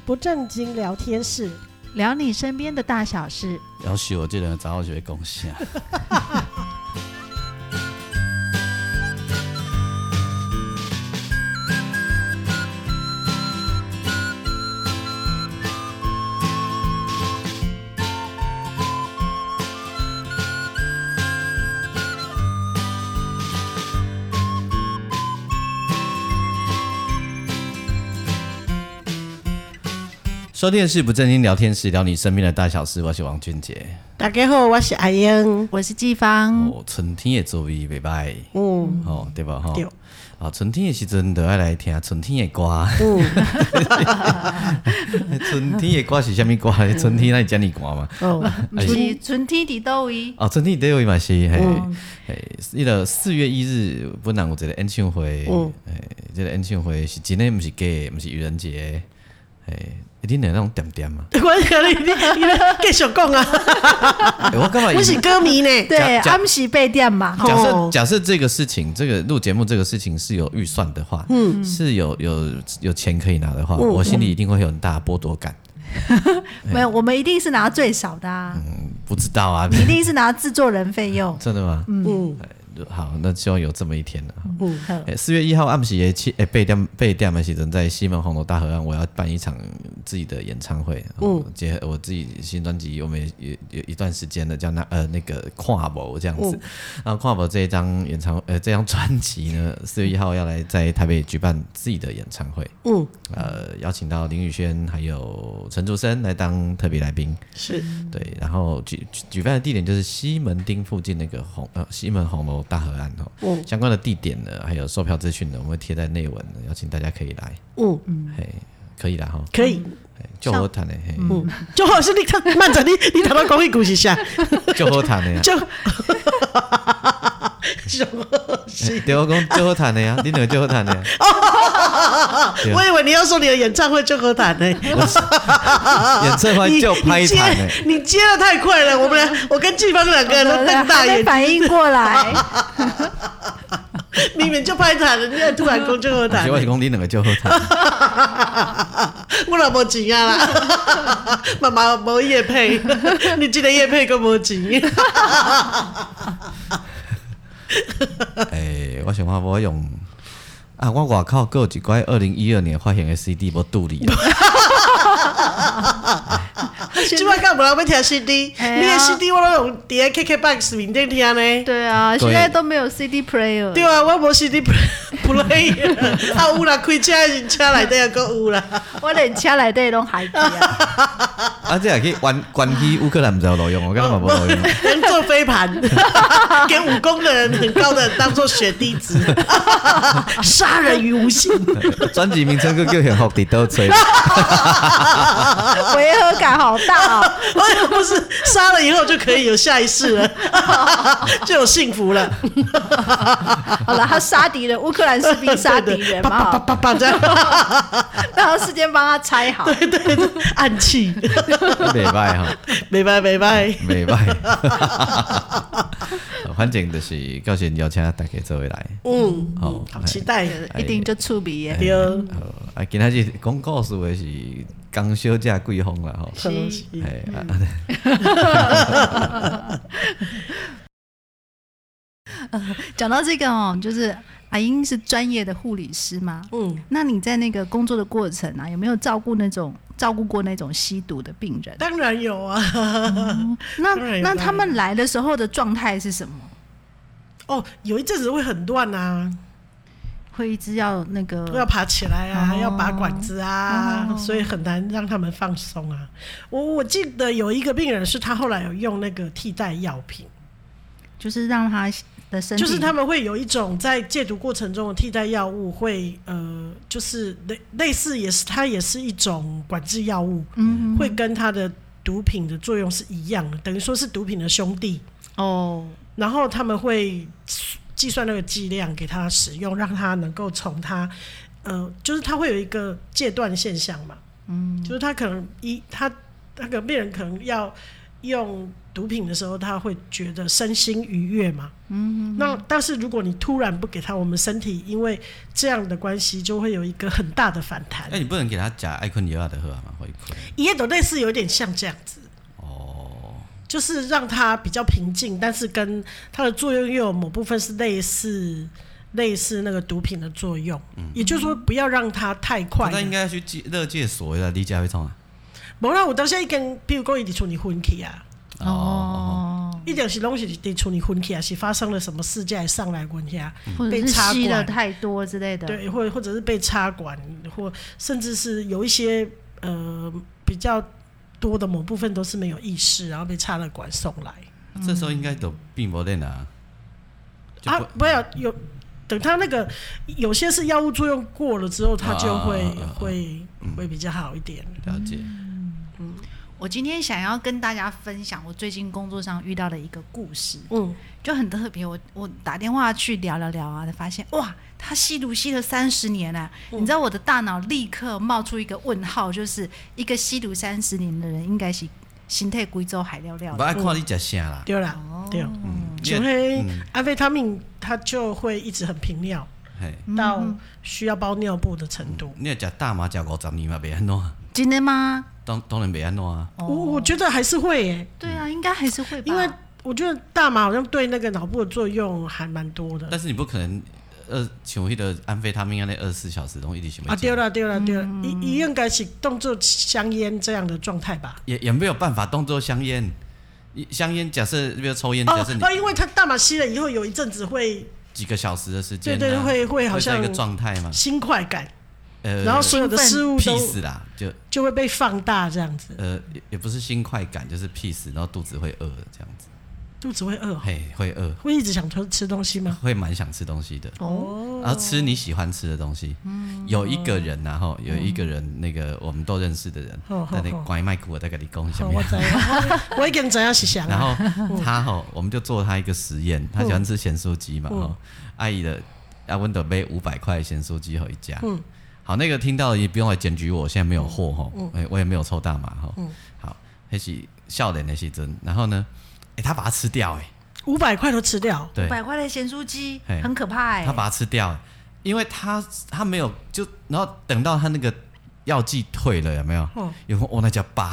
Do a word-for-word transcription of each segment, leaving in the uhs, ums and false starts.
不正经聊天室， 聊你身边的大小事。 要是我这人早就会讲啥。收电视不正经聊天室，聊你身边的大小事。我是王俊杰。 大家好，我是阿英， 我是季芳。 哦，春天的座位袂歹， 嗯， 哦，对吧？哈， 对。 啊，春天的时阵就要来听春天的歌。嗯，春天的歌是啥物歌？春天那是遮尔歌嘛？ 哦，不是春天伫倒位？ 哦，春天伫倒位嘛是，嘿，嘿，迄个四月一日本人有一个演唱会，嗯，诶，这个演唱会是真的，不是假的，不是愚人节，诶。你两那种点点嘛？ 我讲你你你继续讲啊！ 欸、我干嘛？ 我是歌迷呢。 对，俺们是八点嘛。 假设假设这个事情，这个录节目这个事情是有预算的话，嗯，是有有有钱可以拿的话，嗯、我心里一定会有很大的剥夺感。 没有，我们一定是拿最少的啊。 嗯，不知道啊。 你一定是拿制作人费用。 真的吗？ 嗯。 好，那希望有这么一天了。 嗯， 四、欸、月一号暗时的七诶八点八点的时阵，在西门红楼大河岸，我要办一场自己的演唱会。嗯，结合我自己新专辑，我们也有一段时间了，叫那呃那个跨博这样子。嗯、然后跨博这一张演唱呃这张专辑呢，四月一号要来在台北举办自己的演唱会。嗯，呃，邀请到林宇轩还有陈竹生来当特别来宾。 是， 对，然后举举办的地点就是西门町附近那个红呃西门红楼大河岸哦，嗯、相关的地点呢，还有售票资讯呢，我们会贴在内文，邀请大家可以来。嗯嗯，嘿，可以啦哈， 可以， 就好谈的，嘿， 嗯，就好是你看慢着，你你头到讲一句是啥？ 就好谈的呀， 就， 对我讲就好谈的呀，你两个就好谈的呀。 我以为你要说你的演唱会就好谈呢， 演唱会就拍谈呢， 你接的太快了，我们俩我跟季芳两个人都瞪大眼睛反应过来。 明明就拍谈了，你还突然讲就好谈。 我是讲你两个就好谈。 我也没钱啊啦，妈妈没业配，你这个业配更没钱。 哎，我想我用啊，我外口还有一块二零一二年发行的 C D 无拄你。 现在干不人要听 C D，、哎、你的 C D 我都用在 K K B O X 面顶听呢。 对啊，现在都没有 C D player。 对啊，我没 C D player， 啊有啦，开车的车内底也阁有啦。 我连车内底拢海记啊。 啊，这也可以关关机乌克兰不知道路用，我刚刚嘛无路用。 能做飞盘，给武功的人很高的当做血滴子，杀人于无形。 专辑名称叫《幸福伫倒吹》。 违和感好大哦！ 不是杀了以后就可以有下一世了，就有幸福了。 好了，他杀敌人，乌克兰士兵杀敌人嘛， 叭叭叭叭这样， 然后事先帮他拆好。 对对对，暗器。 袂歹哈， 袂歹袂歹， 袂歹。反正就是到时邀请大家做回来。嗯， 好，好期待， 一定就趣味的。 对。 啊，今仔日讲故事的是江小姐贵妇啦吼。 是。 哎。 呃，讲到这个哦，就是阿英是专业的护理师嘛，嗯，那你在那个工作的过程啊，有没有照顾那种照顾过那种吸毒的病人？ 当然有啊。 嗯、那那他们来的时候的状态是什么？ 哦，有一阵子会很乱啊， 会一直要那个要爬起来啊，哦、要拔管子啊，哦、所以很难让他们放松啊。我我记得有一个病人是他后来有用那个替代药品， 就是让他的身体， 就是他们会有一种在戒毒过程中的替代药物会，呃，就是类类似也是它也是一种管制药物，嗯，会跟它的毒品的作用是一样的，等于说是毒品的兄弟哦。然后他们会计算那个剂量给他使用，让他能够从他，呃，就是他会有一个戒断现象嘛，嗯，就是他可能一他那个病人可能要。 用毒品的时候，他会觉得身心愉悦嘛。嗯，那但是如果你突然不给他，我们身体因为这样的关系，就会有一个很大的反弹。 哎、欸，你不能给他吃爱困药的喝嘛，会困。 也都类似有点像这样子。哦，就是让他比较平静，但是跟它的作用又有某部分是类似。类似那个毒品的作用，嗯、也就是说不要让它太快。 他应该要去勒戒所的，你家会创啊？ 无啦，有当时已经，比如讲，伊伫厝里昏去啊。哦，一定是拢是伫厝里昏去啊，是发生了什么事件上来问下， 或者是吸了太多之类的， 对，或或者是被插管，或甚至是有一些呃比较多的某部分都是没有意识，然后被插了管送来。 嗯、这时候应该都并不练啊。 啊，不要有。等他那个有些是药物作用过了之后，他就会、啊、会、嗯、会比较好一点。 了解。 嗯，我今天想要跟大家分享我最近工作上遇到的一个故事，嗯，就很特别。我我打电话去聊聊聊啊，才发现哇，他吸毒吸了三十年了、啊嗯。你知道我的大脑立刻冒出一个问号，就是一个吸毒三十年的人，应该是身体贵州海料料。 不爱看你吃啥啦？ 对啦，哦、对，嗯，就会安非他命，它就会一直很频尿，到需要包尿布的程度。 嗯、你要吃大麻吃五十年嘛，袂安怎？ 真的吗？ 当当然袂安怎啊。 我我觉得还是会耶。 对啊，应该还是会吧。 因为我觉得大麻好像对那个脑部的作用还蛮多的。 但是你不可能。呃，像迄个安非他命啊，那二十四小时都一直想。 啊，对了对了对了，伊、嗯、伊应该是当作香烟这样的状态吧？ 也也没有办法当作香烟，香烟假设比如抽烟，假设你哦，因为他大麻吸了以后，有一阵子会几个小时的时间、啊， 对对，会会好像一个状态嘛， 新快感，呃，然后所有的事物都 peace 啦，就就会被放大这样子。 呃，也也不是新快感，就是 peace， 然后肚子会饿这样子。 肚子会饿、喔， 嘿，会饿， 会一直想吃东西吗？ 会蛮想吃东西的哦，然后吃你喜欢吃的东西。嗯、有一个人然、啊、后有一个人，那个我们都认识的人，在那关于麦克，我再跟你讲一下。 我知道，我已经知道是谁。 然后他吼，我们就做他一个实验，他喜欢吃咸酥鸡嘛，吼、嗯，阿姨的阿温德杯五百块咸酥鸡回家。嗯，好，那个听到也不用来检举我，我现在没有货吼、嗯，我也没有抽大麻吼。嗯，好，那是少年的时阵，然后呢？欸、他把它吃掉、欸，哎， 五百块都吃掉， 五百块的咸酥鸡很可怕、欸，哎， 他把它吃掉、欸，因为他他没有就，然后等到他那个药剂退了，有没有？哦、有我、哦、那叫爸。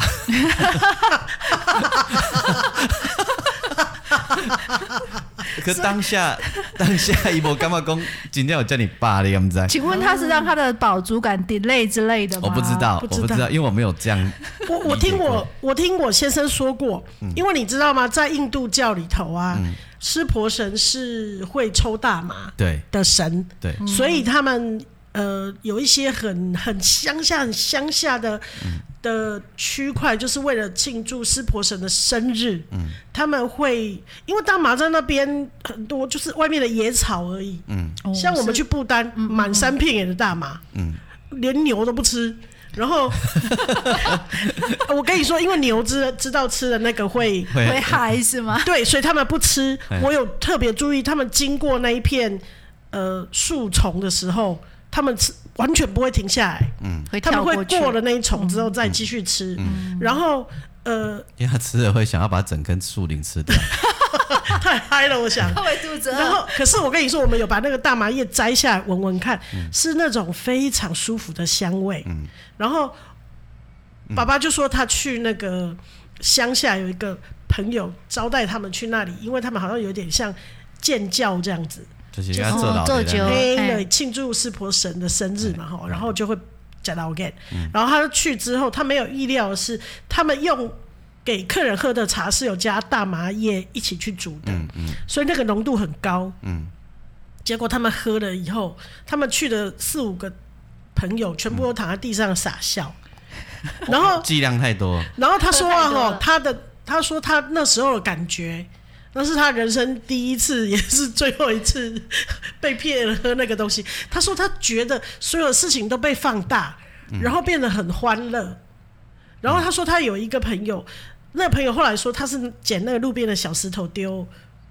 可当下当下伊无感觉讲今天有叫你爸，你敢不知道？ 请问他是让他的饱足感 delay 之类的吗？ 我不知道，我不知道，因为我没有这样。 我我听我我听我先生说过、嗯，因为你知道吗，在印度教里头啊，嗯、湿婆神是会抽大麻的神， 对， 对所以他们呃有一些很很乡下很乡下的。嗯的区块就是为了庆祝湿婆神的生日、嗯，他们会因为大麻在那边很多就是外面的野草而已，嗯，像我们去不丹满山遍野的大麻，嗯，连牛都不吃，然后我跟你说，因为牛知知道吃的那个会会害是吗？ 对，所以他们不吃。我有特别注意，他们经过那一片呃树丛的时候。他们吃完全不会停下来，嗯，他们会过了那一丛之后再继续吃，嗯、然后呃， 因为他吃了会想要把整根树林吃掉， 太嗨了，我想。 会肚子饿。 然后，可是我跟你说，我们有把那个大麻叶摘下来闻闻看、嗯，是那种非常舒服的香味。嗯、然后爸爸就说他去那个乡下有一个朋友招待他们去那里，因为他们好像有点像建教这样子。 就是要做老的对，庆祝湿婆神的生日嘛，然后就会加到 again，、嗯、然后他去之后，他没有意料的是，他们用给客人喝的茶是有加大麻叶一起去煮的，嗯嗯、所以那个浓度很高。嗯、结果他们喝了以后，他们去的四五个朋友全部都躺在地上傻笑，嗯、然后剂量太多。 然后他说啊，哈，他的他说他那时候的感觉。那是他人生第一次，也是最后一次被骗了喝那个东西。他说他觉得所有事情都被放大，然后变得很欢乐。然后他说他有一个朋友，那个朋友后来说他是捡那个路边的小石头丢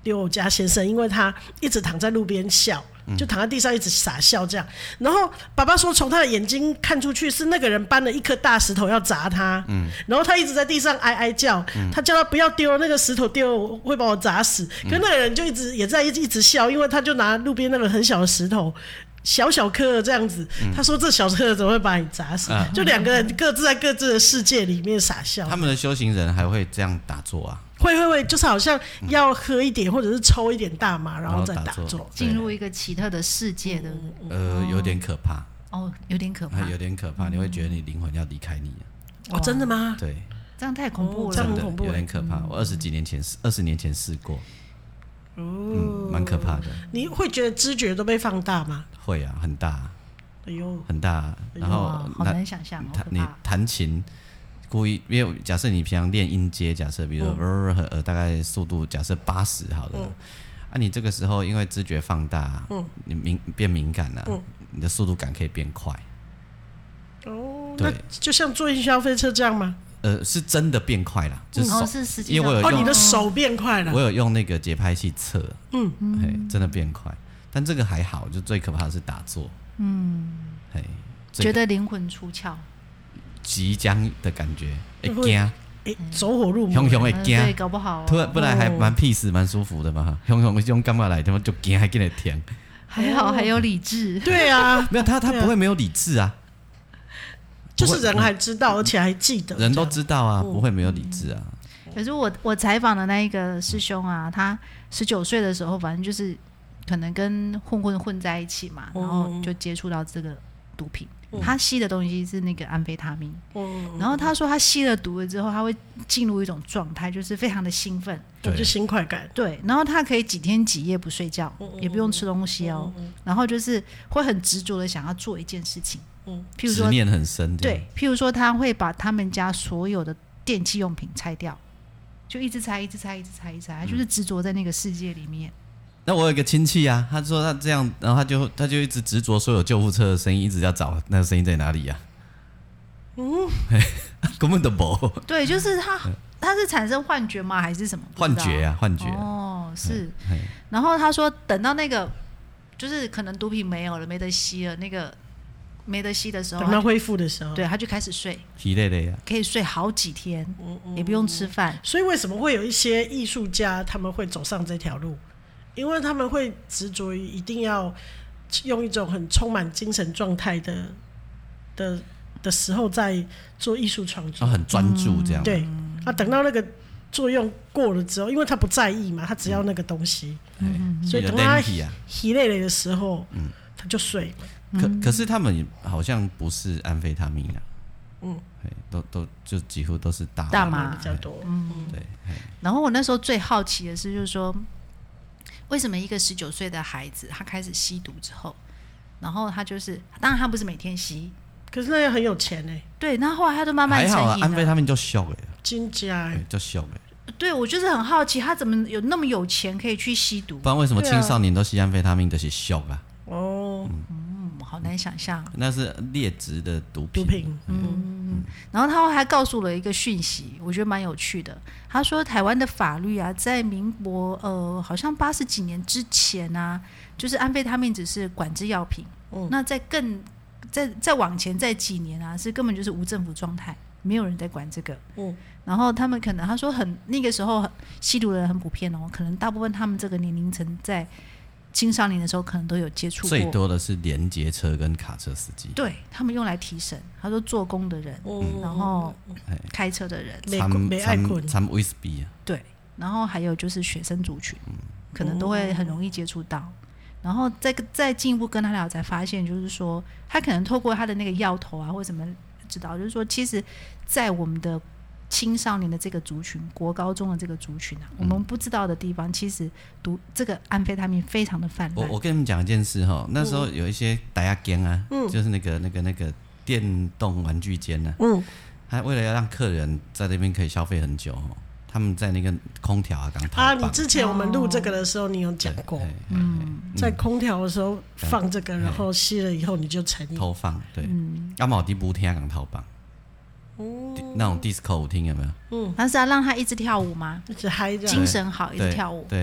丢我家先生，因为他一直躺在路边笑，就躺在地上一直傻笑这样。然后爸爸说，从他的眼睛看出去是那个人搬了一颗大石头要砸他，嗯、然后他一直在地上哀哀叫，嗯、他叫他不要丢那个石头，丢我会把我砸死。可是那个人就一直也在一直一直笑，因为他就拿路边那个很小的石头。小小颗这样子，嗯、他说这小颗怎么会把你砸死？啊、就两个人各自在各自的世界里面傻笑。 他们的修行人还会这样打坐啊？ 会会会，就是好像要喝一点、嗯、或者是抽一点大麻，然后再打坐， 进入一个奇特的世界的。 呃，有点可怕。 哦，有点可怕， 有点可怕，你会觉得你灵魂要离开你。 哦，真的吗？ 对， 这样太恐怖了， 哦、这样很恐怖， 有点可怕。我二十几年前，二十年前试过。嗯，蛮可怕的。 你会觉得知觉都被放大吗？ 会啊，很大。 哎呦， 很大。然后好难想象， 你弹琴故意，因为假设你平常练音阶，假设比如说、嗯、呃大概速度假设八十好了，嗯、啊，你这个时候因为知觉放大，嗯、你敏变敏感了、啊，嗯、你的速度感可以变快。 哦，那就像坐云霄飞车这样吗？ 呃，是真的变快了，就是手， 哦、是实际因为我有用、 哦、你的手变快了， 我有用那个节拍器测，嗯，嘿，真的变快，但这个还好，就最可怕的是打坐，嗯，嘿， 觉得灵魂出窍， 即将的感觉，会惊， 哎，走火入魔， 熊熊会惊， 对，搞不好、哦， 突然本来还蛮 peace 蛮舒服的嘛，熊熊用干嘛来，他妈就惊，还给你舔， 还好还有理智， 对啊， 没有他他不会没有理智啊。 就是人还知道，而且还记得， 人都知道啊，不会没有理智啊。 可是我我采访的那一个师兄啊，他十九岁的时候，反正就是可能跟混混混在一起嘛，然后就接触到这个毒品。他吸的东西是那个安非他命，然后他说他吸了毒了之后，他会进入一种状态，就是非常的兴奋， 就新快感。 对，然后他可以几天几夜不睡觉，也不用吃东西哦，然后就是会很执着的想要做一件事情。 嗯，譬如说执念很深， 对，譬如说他会把他们家所有的电器用品拆掉，就一直拆，一直拆，一直拆，一直拆，他就是执着在那个世界里面。 那我有一个亲戚啊，他说他这样，然后他就他就一直执着所有救护车的声音，一直要找那个声音在哪里呀、啊？嗯，根本都没。 对，就是他，他是产生幻觉吗？还是什么？ 幻觉啊，幻觉。 哦，是。然后他说，等到那个就是可能毒品没有了，没得吸了，那个。没得吸的时候， 等他恢复的时候， 对，他就开始睡， 疲累累啊， 可以睡好几天，嗯嗯、也不用吃饭。 所以为什么会有一些艺术家他们会走上这条路？因为他们会执着于一定要用一种很充满精神状态的的的时候在做艺术创作， 他很专注这样。 嗯、对，啊，等到那个作用过了之后，因为他不在意嘛，他只要那个东西，嗯、所以等他疲累累的时候，嗯、他就睡了。 可可是他们好像不是安非他命啊，嗯，都都就几乎都是大麻大麻比较多， 嗯，对。然后我那时候最好奇的是，就是说，为什么一个十九岁的孩子他开始吸毒之后，然后他就是，当然他不是每天吸， 可是那也很有钱哎、欸， 对，然后后来他就慢慢成瘾了。 还好啊，安非他命就俗哎， 真假哎， 就俗哎。 对，我就是很好奇，他怎么有那么有钱可以去吸毒？ 不然为什么青少年都吸安非他命就是俗啊？ 哦。 嗯好难想象， 那是劣质的毒品。 毒品， 嗯嗯。然后他还告诉了一个讯息，我觉得蛮有趣的。他说，台湾的法律啊，在民国呃，好像八十几年之前啊，就是安非他命只是管制药品。嗯、那在更再再往前再几年啊，是根本就是无政府状态，没有人在管这个。嗯。然后他们可能他说很那个时候吸毒的人很普遍哦，可能大部分他们这个年龄层在。青少年的时候可能都有接触过， 最多的是连结车跟卡车司机， 对他们用来提神。他说做工的人，嗯、然后开车的人， 没爱困， 参威士忌啊， 对，然后还有就是学生族群，嗯、可能都会很容易接触到。然后再再进一步跟他聊，才发现就是说，他可能透过他的那个药头啊，或什么知道，就是说，其实，在我们的青少年的这个族群，国高中的这个族群啊，我们不知道的地方，其实毒这个安非他命非常的泛滥。 我我跟你们讲一件事哈，那时候有一些大家间啊，嗯、就是那个那个那个电动玩具间啊，嗯，他为了要让客人在那边可以消费很久，他们在那个空调啊刚投啊，你之前我们录这个的时候，你有讲过，嗯，在空调的时候放这个，然后吸了以后你就成瘾。 投放对，阿毛迪不听刚投放。那种 disco 舞厅有没有？ 嗯，但是要让他一直跳舞吗？ 一直嗨， 精神好，一直跳舞。 对呀、啊，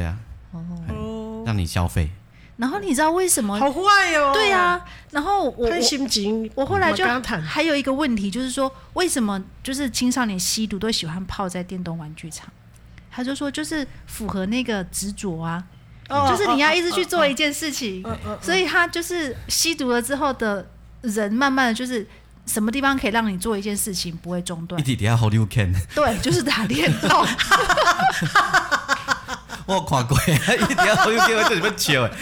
哦，让你消费。 然后你知道为什么？ 好坏哦！ 对啊，然后我看心情， 我后来就还有一个问题，就是说为什么就是青少年吸毒都喜欢泡在电动玩具场？他就说就是符合那个执着啊，哦、就是你要一直去做一件事情，哦哦哦、所以他就是吸毒了之后的人，慢慢的就是什么地方可以让你做一件事情不会中断？ 一直底下好溜 can， 对，就是打电动。 我有看过，一定要好有机会在里面笑诶。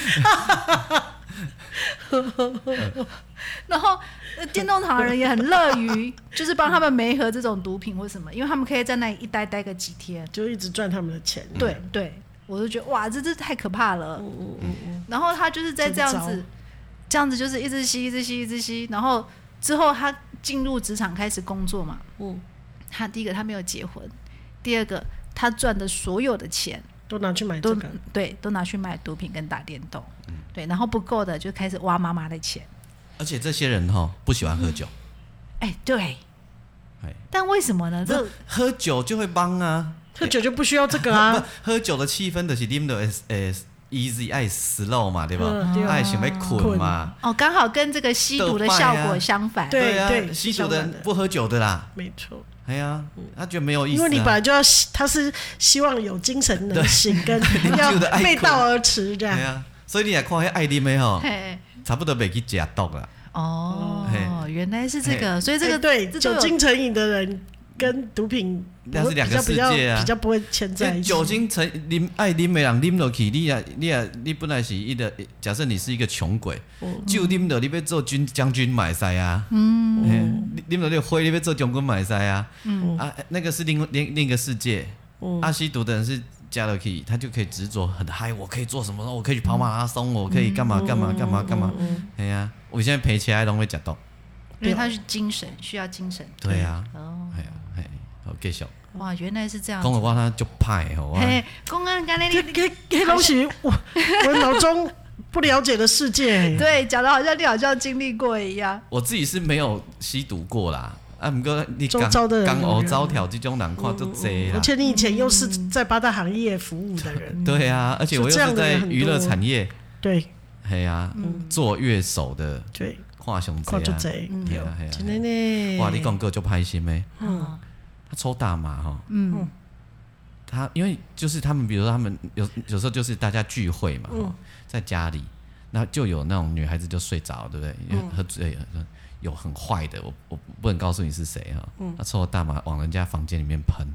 然后电动场的人也很乐于，就是帮他们媒合这种毒品或什么，因为他们可以在那里一待待个几天， 就一直赚他们的钱。 对、嗯、对，我就觉得哇，这这太可怕了。嗯嗯嗯嗯。然后他就是在这样子，这样子就是一直吸，一直吸，一直吸，然后之后他进入职场开始工作嘛。嗯。他第一个他没有结婚，第二个他赚的所有的钱。 都拿去买这个， 对，都拿去买毒品跟打电动，嗯、对，然后不够的就开始挖妈妈的钱。 而且这些人哈不喜欢喝酒， 哎、嗯欸，对，但为什么呢？这喝酒就会帮啊， 喝酒就不需要这个啊。 喝酒的气氛就是你们的呃 easy 爱 slow 嘛，对吧？爱想要困嘛。 哦，刚好跟这个吸毒的效果相反。 对啊，对吸毒的人不喝酒的啦， 没错。 哎呀，他觉得没有意思、啊， 因为你本来就要，他是希望有精神能醒，跟要背道而驰这样。 对啊，所以你来看那爱啉的吼，差不多没去吃毒啦。 哦，原来是这个，所以这个对酒精成瘾的人跟毒品那是两个世界啊， 比较不会牵在一起。 酒精成啉爱啉的人啉落去，你啊你啊你本来是一个，假设你是一个穷鬼，酒啉落你要做军将军买塞啊，嗯，啉落你灰你要做将军买塞啊，嗯啊那个是另另另一个世界，嗯，啊吸毒的人是加落去，他就可以执着很嗨，我可以做什么？我可以去跑马拉松，我可以干嘛干嘛干嘛干嘛，哎呀，我现在赔起来都会吃毒， 因为他是精神需要精神， 对啊，哦，哎呀哎。好，继续。 哇，原来是这样。 讲的我他就派吼。 嘿，公安刚才你这这东西，我我脑中不了解的世界。 对，讲的好像你好像经历过一样。 我自己是没有吸毒过啦，啊，不过你周遭的人， 港澳招条这种人看就多啦。 而且你以前又是在八大行业服务的人。 对啊，而且我又是在娱乐产业。 对。 嘿啊，做乐手的。 对。 看上看就贼。 对啊，嘿啊。 真的呢。 哇，你讲过就拍心咩？嗯。他抽大麻哈，嗯，他因为就是他们，比如说他们有有时候就是大家聚会嘛，嗯、在家里，然后就有那种女孩子就睡着，对不对？因为喝醉了，有很坏的，我我不能告诉你是谁哈，嗯、他抽了大麻往人家房间里面喷，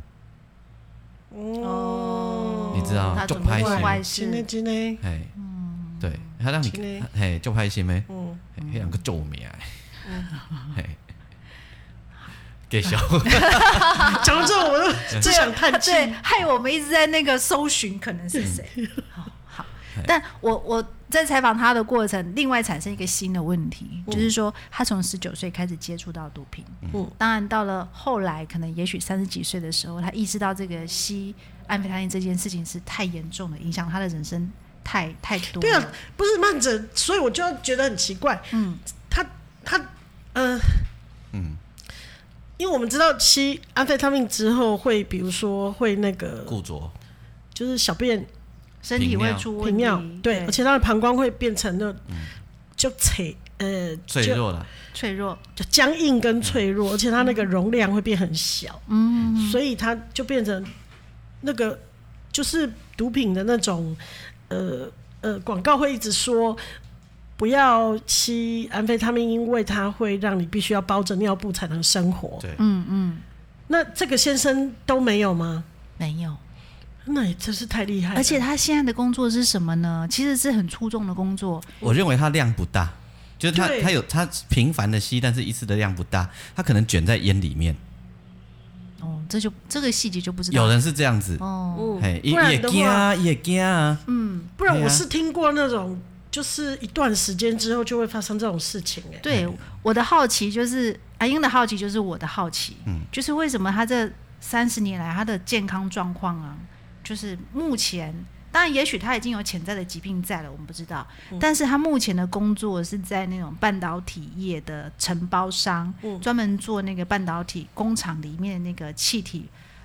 哦，你知道就拍心， 真的真的， 哎，嗯，对，他让你嘿就拍心咩，嗯，那两个救命，嗯，嘿。给小讲到这我都只想叹气， 对，害我们一直在那个搜寻可能是谁。好，好，但我我在采访他的过程，另外产生一个新的问题，嗯、就是说他从十九岁开始接触到毒品，嗯，当然到了后来，可能也许三十几岁的时候，他意识到这个吸安非他命这件事情是太严重了，影响他的人生太太多了。 对啊，不是慢着，所以我就觉得很奇怪，嗯，他他呃，嗯。因为我们知道吸安非他命之后会，比如说会那个固着， 就是小便身体会出问题， 频尿，对，对而且他的膀胱会变成那就脆呃脆弱了， 脆弱就僵硬跟脆弱，嗯、而且它那个容量会变很小，嗯，所以它就变成那个就是毒品的那种呃呃广告会一直说。不要吸安非他命，因为它会让你必须要包着尿布才能生活。 对， 嗯嗯。 那这个先生都没有吗？ 没有。 那也真是太厉害了。 而且他现在的工作是什么呢？其实是很出众的工作。 我认为他量不大，就是他他有他频繁的吸，但是一次的量不大，他可能卷在烟里面。 哦，这就这个细节就不知道。 有人是这样子哦，嘿，也也惊啊，也惊啊。 嗯，不然我是听过那种。就是一段时间之后就会发生这种事情哎、欸。 对，我的好奇就是阿英的好奇就是我的好奇，嗯，就是为什么他这三十年来他的健康状况啊，就是目前当然也许他已经有潜在的疾病在了，我们不知道，嗯、但是他目前的工作是在那种半导体业的承包商，嗯、专门做那个半导体工厂里面的那个气体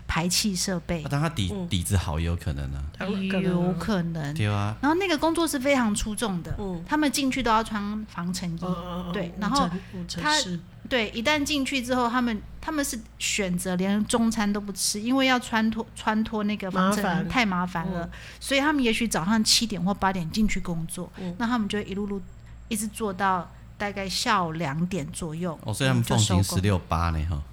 排气设备。 啊、但他底、嗯、底子好有可能啊， 有可能。 对啊。 然后那个工作是非常出众的，嗯、他们进去都要穿防尘衣， 嗯、 对，然后他对一旦进去之后，他们他们是选择连中餐都不吃，因为要穿脱穿脱那个防尘衣太麻烦了、嗯，所以他们也许早上七点或八点进去工作，嗯、那他们就一路路一直做到大概下午两点左右。 哦，所以他们奉行十六八呢，哈。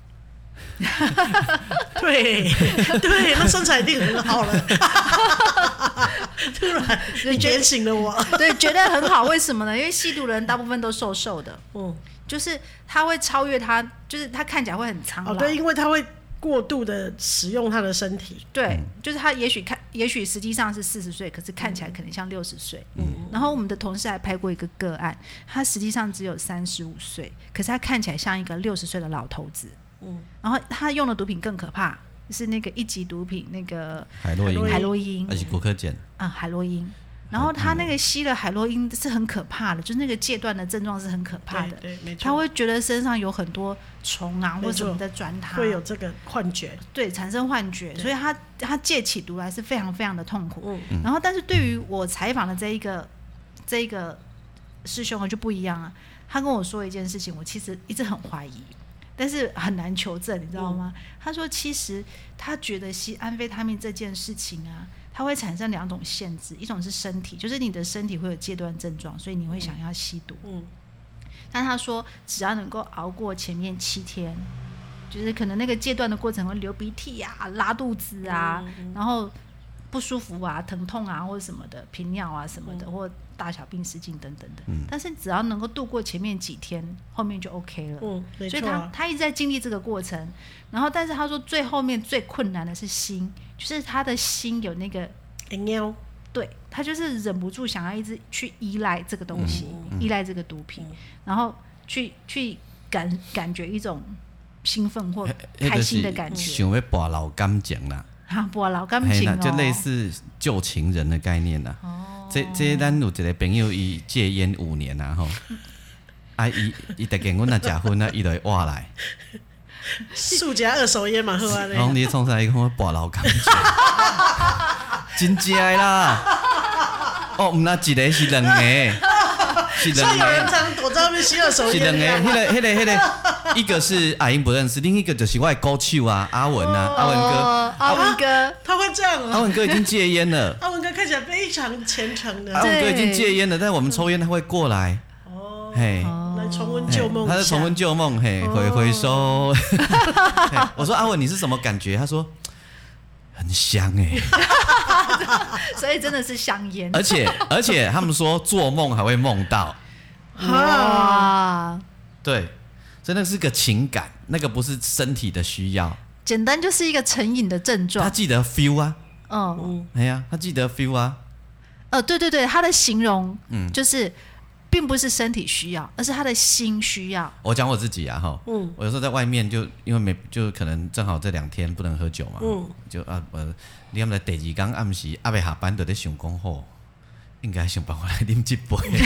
对对，那身材一定很好了。突然你点醒了我。 对，觉得很好。为什么呢？因为吸毒人大部分都瘦瘦的，嗯，就是他会超越他，就是他看起来会很苍老。 哦，对，因为他会过度的使用他的身体。 对，就是他也许看，也许实际上是四十岁，可是看起来可能像六十岁。嗯。然后我们的同事还拍过一个个案，他实际上只有三十五岁，可是他看起来像一个六十岁的老头子。嗯，然后他用的毒品更可怕，是那个一级毒品，那个海洛因， 海洛因， 而且骨科碱啊，海洛因。然后他那个吸了海洛因是很可怕的，就是那个戒断的症状是很可怕的。 对，对，没错。 他会觉得身上有很多虫啊或什么在钻他， 会有这个幻觉， 对，产生幻觉，所以他他戒起毒来是非常非常的痛苦。嗯、然后，但是对于我采访的这一个这一个师兄就不一样啊，他跟我说一件事情，我其实一直很怀疑。但是很难求证，你知道吗？嗯、他说，其实他觉得吸安非他命这件事情啊，它会产生两种限制，一种是身体，就是你的身体会有戒断症状，所以你会想要吸毒。嗯。但他说，只要能够熬过前面七天，就是可能那个戒断的过程会流鼻涕啊、拉肚子啊，嗯嗯、然后不舒服啊、疼痛啊或者什么的、频尿啊什么的，嗯、或大小便失禁等等的、嗯，但是只要能够度过前面几天，后面就 OK 了。嗯，没错啊、所以他他一直在经历这个过程，然后但是他说最后面最困难的是心，就是他的心有那个喵， 对，他就是忍不住想要一直去依赖这个东西，嗯、依赖这个毒品，嗯、然后去去感感觉一种兴奋或开心的感觉， 想要拔老感情啦。 啊，拔老感情哦， 就类似旧情人的概念啦。哦。这这咱有一个朋友，伊戒烟五年啊吼，啊伊伊逐间阮若食薰啊，伊就会挖来。 数夹二手烟嘛，好啊。 然后你创啥伊讲我拔老感觉，真正的啦。哦，毋那一个是两个，是两个。 所以有人常躲在外面吸二手烟。 是两个，迄、那个、迄、那个、迄、那个，一个是阿英不认识，另一个就是我的高手啊，阿文啊，哦、阿文哥。 阿文哥， 他会这样啊？ 阿文哥已经戒烟了。 阿文哥看起来非常虔诚的。 阿文哥已经戒烟了，但是我们抽烟他会过来。哦。嘿。 来重温旧梦。 他是重温旧梦，嘿，回回收。我说阿文你是什么感觉？他说很香哎。 所以真的是香烟。 而且而且他们说做梦还会梦到。 哇。 对，真的是个情感，那个不是身体的需要。 简单就是一个成瘾的症状。 他记得 feel 啊，嗯，哎呀，他记得 feel 啊， 呃，对对对，他的形容，嗯，就是并不是身体需要，而是他的心需要。 我讲我自己啊，哈，嗯，我有时候在外面就因为没就可能正好这两天不能喝酒嘛，嗯，就啊呃，你们在第二天暗时阿未下班就在想讲吼，应该想办法来啉一杯，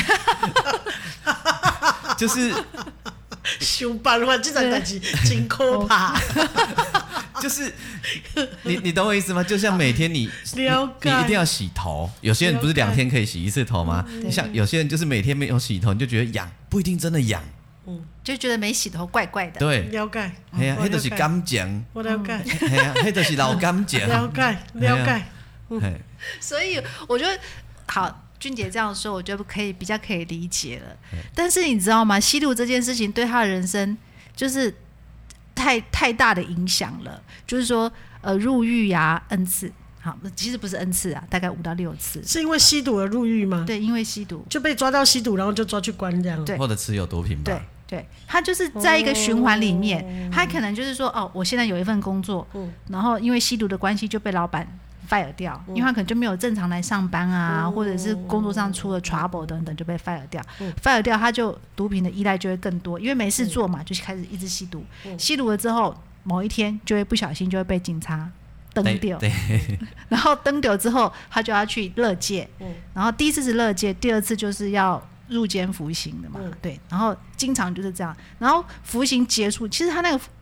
就是。 想办法，这种代志真可怕。 就是你，你懂我意思吗？就像每天你你, 你一定要洗头，有些人不是两天可以洗一次头吗？嗯、像有些人就是每天没有洗头，你就觉得痒，不一定真的痒，嗯， 就觉得没洗头怪怪的。 对， 了解。 哎呀，那就是感情。 我了解。 哎呀，那就是老感情。 了解，了解。 嗯、所以我觉得好。俊杰这样说，我觉得可以比较可以理解了。但是你知道吗？吸毒这件事情对他的人生就是太太大的影响了。就是说，呃，入狱呀、啊、，n 次，好，其实不是 n 次啊，大概五到六次。 是因为吸毒而入狱吗？ 对，因为吸毒就被抓到吸毒，然后就抓去关这样。 对， 或者持有毒品吧。 对对，他就是在一个循环里面，哦、他可能就是说，哦，我现在有一份工作，嗯、然后因为吸毒的关系就被老板fire 掉，因为他可能就没有正常来上班啊，嗯、或者是工作上出了 trouble 等等，就被 fire 掉。嗯、fire 掉，他就毒品的依赖就会更多，因为没事做嘛，嗯、就开始一直吸毒。嗯、吸毒了之后，某一天就会不小心就会被警察登掉，然后登掉之后，他就要去勒戒。嗯、然后第一次是勒戒，第二次就是要入监服刑的嘛。嗯、对，然后经常就是这样，然后服刑结束，其实他那个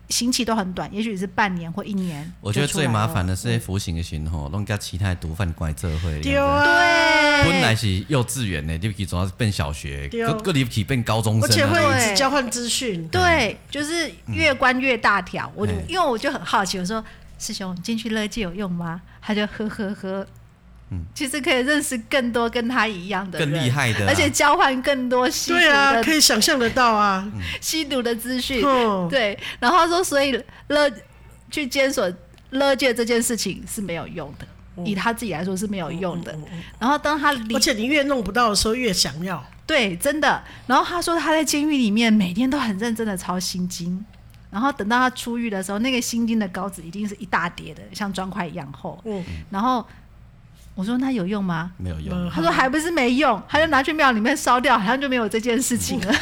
刑期都很短，也许是半年或一年。 我觉得最麻烦的是在服刑的时候，拢跟其他毒贩关做伙。 对啊， 对， 本来是幼稚园的，入去总要变小学，各各入去变高中生， 而且会一直交换资讯。 对，就是越关越大条。我因为我就很好奇，我说师兄，你进去勒戒有用吗？他就呵呵呵。嗯，其实可以认识更多跟他一样的人， 更厉害的、啊， 而且交换更多吸毒的， 对啊，可以想象得到啊， 吸毒的资讯、嗯。对，然后他说，所以勒去监所勒戒这件事情是没有用的，嗯、以他自己来说是没有用的。嗯嗯嗯、然后当他而且你越弄不到的时候越想要， 对，真的。然后他说他在监狱里面每天都很认真的抄心经。然后等到他出狱的时候，那个心经的稿纸一定是一大叠的，像砖块一样厚。嗯，然后我说那有用吗？ 没有用。 他说还不是没用，他就拿去庙里面烧掉，好像就没有这件事情了。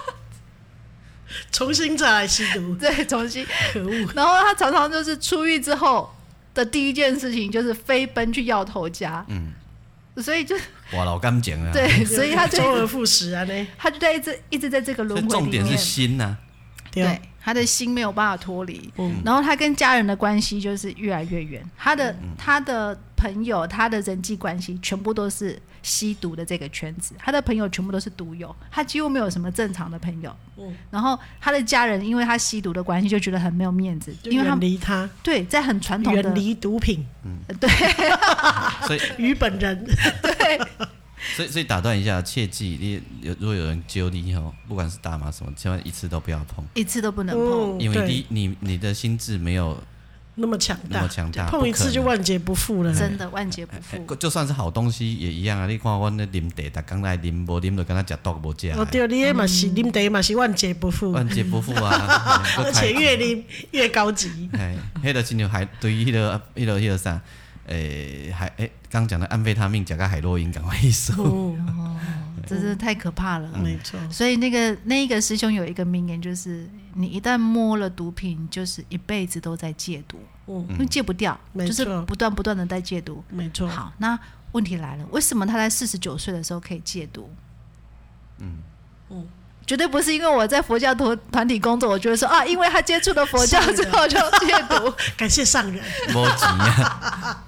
重新再来吸毒， 对，重新。 可恶。 然后他常常就是出狱之后的第一件事情就是飞奔去药头家。嗯。所以就哇，老干净啊。 对，所以他就周而复始啊，呢。 他就在一直一直在这个轮回里面。 重点是心啊。 对，他的心没有办法脱离、嗯，然后他跟家人的关系就是越来越远。他的、嗯、他的朋友，他的人际关系全部都是吸毒的这个圈子，他的朋友全部都是毒友，他几乎没有什么正常的朋友。嗯、然后他的家人因为他吸毒的关系，就觉得很没有面子，因为他远离他。对， 在很传统的远离毒品。 嗯，对。 所以于本人对。 所以，所以打断一下，切记，你有如果有人揪你吼，不管是大麻什么，千万一次都不要碰， 一次都不能碰， 嗯、因为你你你的心智没有那么强大， 那么强大， 碰一次就万劫不复了， 真的万劫不复。 就算是好东西也一样啊！你看我那啉茶，逐工来啉，无啉就跟他食毒无食。 哦，对，你那嘛是啉茶嘛是万劫不复， 万劫不复啊！ 而且越啉越高级。 哎，迄个亲像海对于迄个迄个迄个啥。诶、欸，海诶，刚、欸、讲的安非他命加个海洛因，赶快一说。 哦，这是太可怕了。 没、嗯、错。 所以那个那个师兄有一个名言，就是你一旦摸了毒品，就是一辈子都在戒毒，嗯，因为戒不掉，就是不断不断的在戒毒。 没错。 好，那问题来了，为什么他在四十九岁的时候可以戒毒？嗯嗯。绝对不是因为我在佛教团体工作，我觉得说啊，因为他接触了佛教之后就戒毒， 感谢上人。 摸急啊！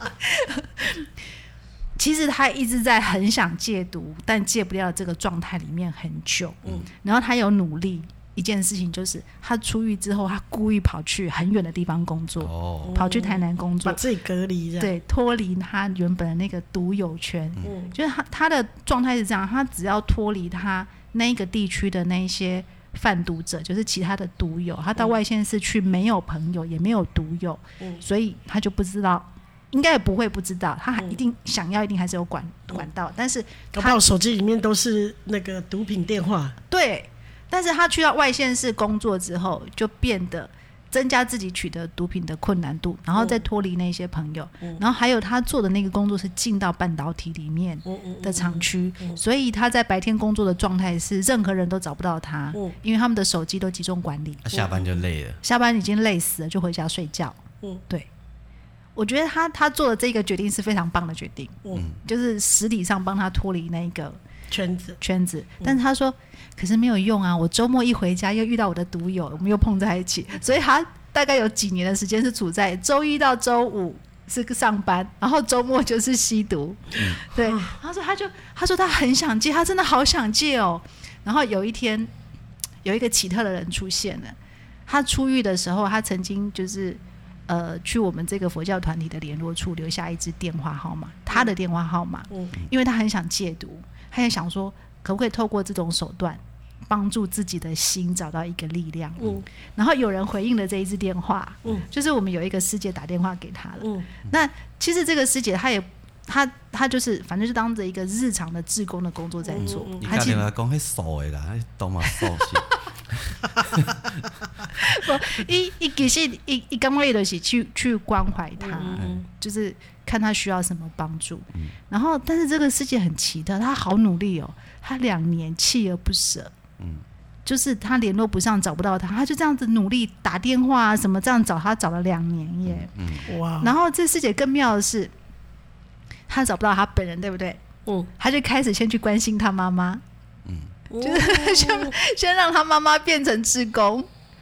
其实他一直在很想戒毒，但戒不掉的这个状态里面很久。嗯，然后他有努力一件事情，就是他出狱之后，他故意跑去很远的地方工作，哦、跑去台南工作， 把自己隔离， 对，脱离他原本的那个毒友圈。嗯，就是他他的状态是这样，他只要脱离他。那个地区的那一些贩毒者，就是其他的毒友，他到外县市去没有朋友，也没有毒友，嗯、所以他就不知道，应该也不会不知道，他一定想要，一定还是有管、嗯、管道，但是搞不好手机里面都是那个毒品电话。 对，但是他去到外县市工作之后，就变得增加自己取得毒品的困难度，然后再脱离那些朋友、嗯、然后还有他做的那个工作是进到半导体里面的厂区、嗯嗯嗯、所以他在白天工作的状态是任何人都找不到他、嗯、因为他们的手机都集中管理、 啊、下班就累了， 下班已经累死了，就回家睡觉、嗯、对，我觉得他他做的这个决定是非常棒的决定、嗯、就是实体上帮他脱离那个圈子圈子，但是他说、嗯、可是没有用啊，我周末一回家又遇到我的毒友，我们又碰在一起，所以他大概有几年的时间是处在周一到周五是上班，然后周末就是吸毒、嗯、对，他说他就他说他很想戒，他真的好想戒哦。然后有一天有一个奇特的人出现了，他出狱的时候，他曾经就是呃去我们这个佛教团体的联络处留下一支电话号码，他的电话号码、嗯、因为他很想戒毒，他也想说可不可以透过这种手段帮助自己的心找到一个力量、嗯、然后有人回应了这一支电话、嗯、就是我们有一个师姐打电话给他了、嗯、那其实这个师姐她也她她就是反正就当着一个日常的志工的工作在做、嗯嗯、 你打电话讲那素的啦，都嘛素是一一其实一一刚开始去去关怀他、嗯、就是看他需要什么帮助、嗯、然后但是这个师姐很奇特，她好努力哦，她两年锲而不舍，嗯，就是他联络不上，找不到他，他就这样子努力打电话啊什么，这样找他找了两年耶，嗯，哇！然后这师姐更妙的是，他找不到他本人，对不对？嗯，他就开始先去关心他妈妈，嗯，就是先先让他妈妈变成志工，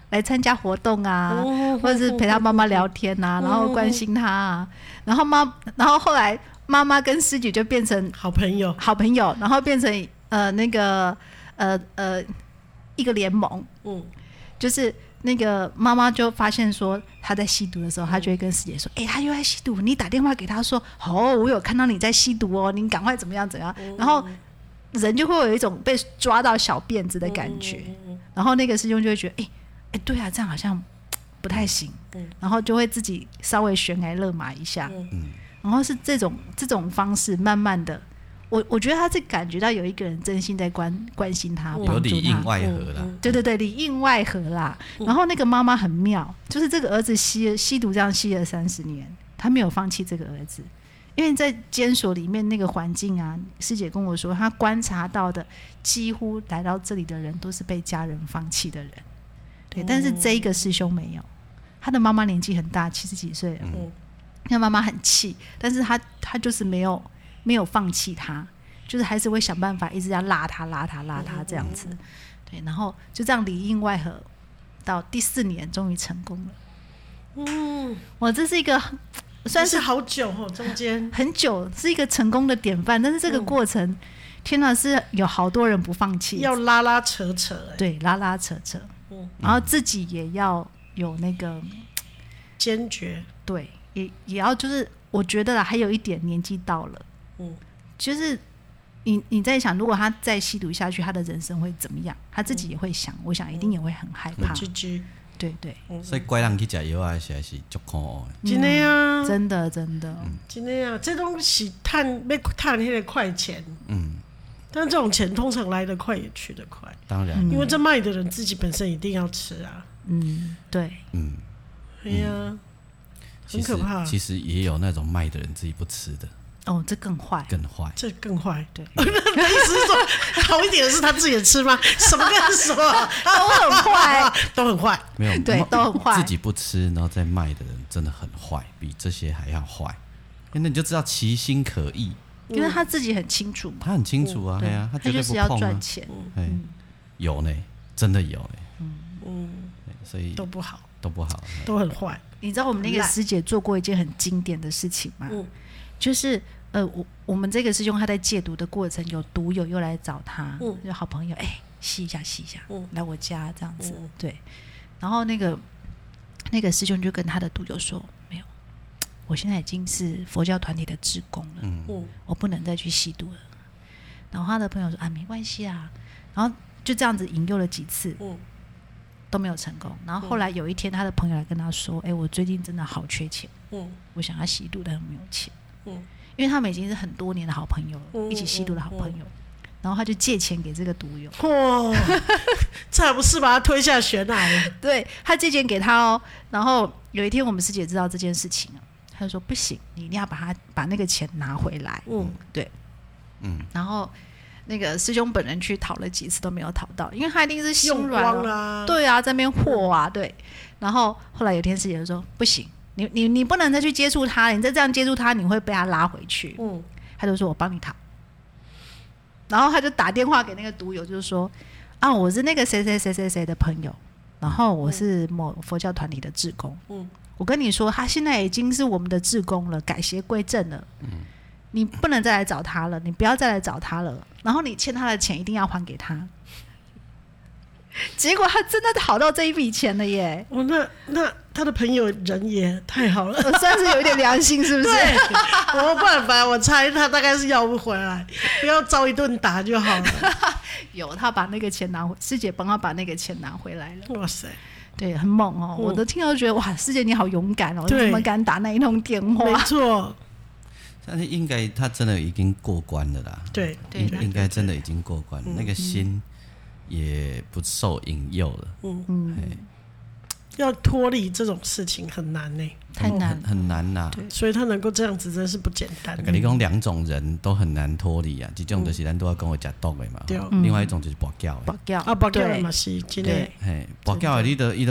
来参加活动啊，哦、或者是陪他妈妈聊天啊，哦、然后关心他啊，然后妈，然后后来妈妈跟师姐就变成好朋友， 好朋友，然后变成呃那个呃呃一个联盟，嗯，就是那个妈妈就发现说他在吸毒的时候，他就会跟师姐说，哎、欸，他又在吸毒，你打电话给他说，哦，我有看到你在吸毒哦，你赶快怎么样怎么样，嗯、然后人就会有一种被抓到小辫子的感觉，嗯、然后那个师兄就会觉得，哎、欸。哎，对啊，这样好像不太行，嗯、然后就会自己稍微悬崖勒马一下，嗯、然后是这种这种方式，慢慢的，我我觉得他是感觉到有一个人真心在关关心他， 有里应外合啦， 嗯、对对对，里应外合啦。嗯、然后那个妈妈很妙，就是这个儿子吸吸毒这样吸了三十年，他没有放弃这个儿子，因为在监所里面那个环境啊，师姐跟我说，他观察到的几乎来到这里的人都是被家人放弃的人。对，但是这一个师兄没有，他的妈妈年纪很大，七十几岁了，嗯，他妈妈很气，但是他他就是没有没有放弃他，就是还是会想办法一直要拉他拉他拉他这样子，嗯、对，然后就这样里应外合，到第四年终于成功了。嗯，哇，这是一个算是好久哦，中间很久，是一个成功的典范，但是这个过程。嗯天哪，是有好多人不放弃， 要拉拉扯扯、欸， 对，拉拉扯扯，嗯，然后自己也要有那个坚决， 对，也也要就是，我觉得啦，还有一点年纪到了，嗯，就是你你在想，如果他再吸毒下去，他的人生会怎么样？他自己也会想，嗯、我想一定也会很害怕， 嗯嗯、 对对， 所以乖人去吃药啊，实在是足可恶的，真的啊， 真的真的， 嗯、真的啊，这东西赚要赚那个快钱，嗯。但这种钱通常来得快也去得快， 当然， 因为这卖的人自己本身一定要吃啊。 嗯，对，嗯， 哎呀，嗯、很可怕。 其实也有那种卖的人自己不吃的。 哦，这更坏， 更坏， 这更坏。 对， 你的意思是说，好一点的是他自己吃吗？什么跟什么都很坏， 都很坏。 没有， 对，都很坏。 自己不吃，然后再卖的人真的很坏，比这些还要坏。那你就知道其心可疑。 因为他自己很清楚嘛， 他很清楚啊，对啊，他绝对不碰啊， 他就是要赚钱， 嗯，有呢，真的有呢，嗯嗯，所以都不好， 都不好， 都很坏。 你知道我们那个师姐做过一件很经典的事情吗？嗯，就是呃，我我们这个师兄他在戒毒的过程，有毒友又来找他，嗯，就好朋友，哎、欸，吸一下，吸一下，嗯，来我家这样子，嗯、对，然后那个那个师兄就跟他的毒友说。我现在已经是佛教团体的志工了，嗯，我不能再去吸毒了。然后他的朋友说啊，没关系啊。然后就这样子引诱了几次，嗯，都没有成功。然后后来有一天，他的朋友来跟他说：“哎、欸，我最近真的好缺钱，嗯，我想要吸毒，但没有钱，嗯，因为他们已经是很多年的好朋友了，嗯、一起吸毒的好朋友。嗯嗯”然后他就借钱给这个毒友， 哇，这还不是把他推下悬崖？ 对，他借钱给他哦。然后有一天，我们师姐知道这件事情了。他就说不行，你一定要把他把那个钱拿回来。嗯，对，嗯，然后那个师兄本人去讨了几次都没有讨到，因为他一定是心软了、啊，对啊，在那边和啊，对。然后后来有一天师姐就说不行，你你你不能再去接触他，你再这样接触他，你会被他拉回去。嗯，他就说我帮你讨，然后他就打电话给那个毒友，就是说啊，我是那个谁谁谁谁谁的朋友，然后我是某佛教团体的志工。嗯。我跟你说，他现在已经是我们的志工了，改邪归正了。嗯，你不能再来找他了，你不要再来找他了。然后你欠他的钱一定要还给他。结果他真的讨到这一笔钱了耶！ 哦，那那他的朋友人也太好了， 算是有一点良心，是不是？ 对，我没办法，我猜他大概是要不回来，不要遭一顿打就好了。 有，他把那个钱拿回，师姐帮他把那个钱拿回来了。 哇塞！ 对，很猛哦！嗯、我都听到觉得哇，师姐你好勇敢哦，你怎么敢打那一通电话？ 没错， 但是应该他真的已经过关了啦。 对， 应应该真的已经过关了，嗯、那个心也不受引诱了。嗯嗯， 要脱离这种事情很难呢、欸， 太难， 很很难呐、啊。 对，所以他能够这样子，真的是不简单。 跟你讲，两种人都很难脱离啊，一种就是咱都要跟我吃毒的嘛，嗯、另外一种就是跋筊的。 跋筊啊，跋筊嘛是真的。 嘿，跋筊的你都伊都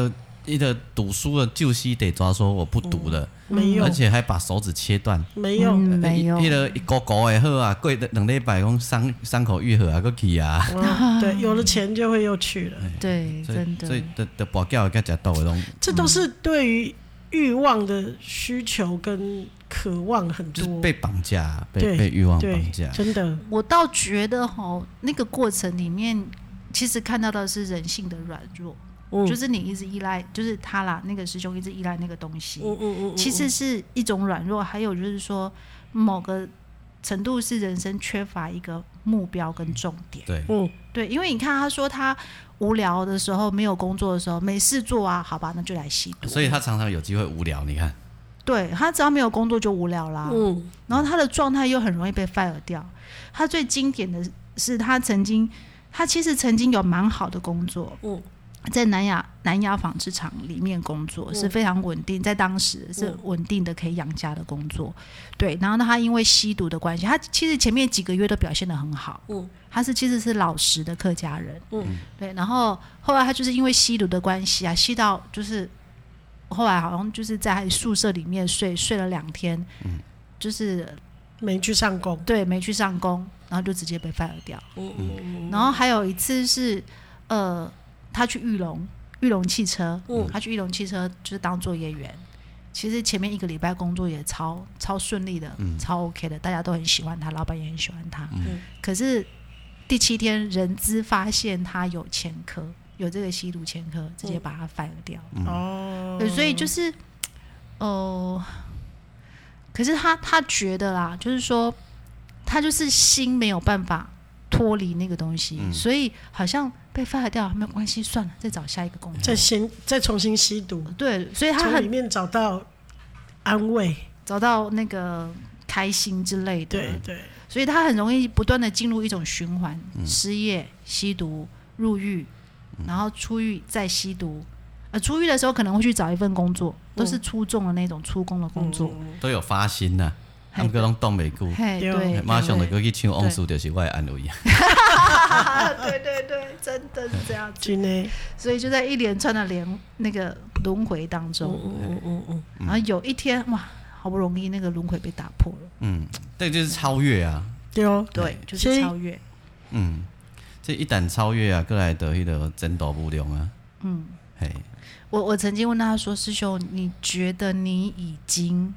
一个赌输了就西得抓说我不赌了， 嗯、没有， 而且还把手指切断， 没有， 嗯、没有， 一个一个个的好啊，过两礼拜讲伤伤口愈合啊，个去啊、 嗯，对，有了钱就会又去了， 对，真的， 所以的的保教跟假斗的东西， 这都是对于欲望的需求跟渴望很多， 就是被绑架，被被欲望绑架， 真的。 我倒觉得哈，那个过程里面，其实看到的是人性的软弱。嗯、就是你一直依赖，就是他啦，那个师兄一直依赖那个东西，嗯嗯嗯嗯其实是一种软弱。还有就是说，某个程度是人生缺乏一个目标跟重点。 对， 嗯，对，因为你看他说他无聊的时候，没有工作的时候，没事做啊，好吧，那就来吸毒。 所以他常常有机会无聊，你看， 对他只要没有工作就无聊啦。嗯，然后他的状态又很容易被 fire 掉。他最经典的是，他曾经，他其实曾经有蛮好的工作。嗯。在南亚南亚纺织厂里面工作、嗯、是非常稳定，在当时是稳定的可以养家的工作、嗯、对。然后他因为吸毒的关系，他其实前面几个月都表现得很好、嗯、他是其实是老实的客家人、嗯、对。然后后来他就是因为吸毒的关系啊，吸到就是后来好像就是在宿舍里面睡睡了两天、嗯、就是没去上工， 对，没去上工，然后就直接被 fire 掉、嗯嗯、然后还有一次是呃他去玉龙，玉龙汽车、嗯，他去玉龙汽车就是当作业员。其实前面一个礼拜工作也超超顺利的、嗯，超 OK 的，大家都很喜欢他，老板也很喜欢他。嗯、可是第七天，人资发现他有前科，有这个吸毒前科，直接把他 fire 掉。哦、嗯，所以就是，哦、呃，可是他他觉得啦，就是说，他就是心没有办法脱离那个东西、嗯，所以好像被 fire 掉没有关系，算了，再找下一个工作， 再先再重新吸毒， 对，所以他从里面找到安慰， 找到那个开心之类的， 对对， 所以他很容易不断的进入一种循环、嗯，失业、吸毒、入狱，然后出狱再吸毒，呃，出狱的时候可能会去找一份工作，都是出众的那种出工的工作，嗯、 都有发薪呐、啊。他们拢挡袂久， 对， 马上就过去唱往事，就是我的安慰。 对对对，真的是这样子。所以就在一连串的连那个轮回当中，嗯嗯嗯嗯，然后有一天哇，好不容易那个轮回被打破了。嗯， 这就是超越啊。 对哦， 对，就是超越。 嗯，这一旦超越啊，过来的迄个真道无量啊。嗯，嘿， 我我曾经问他说：“师兄，你觉得你已经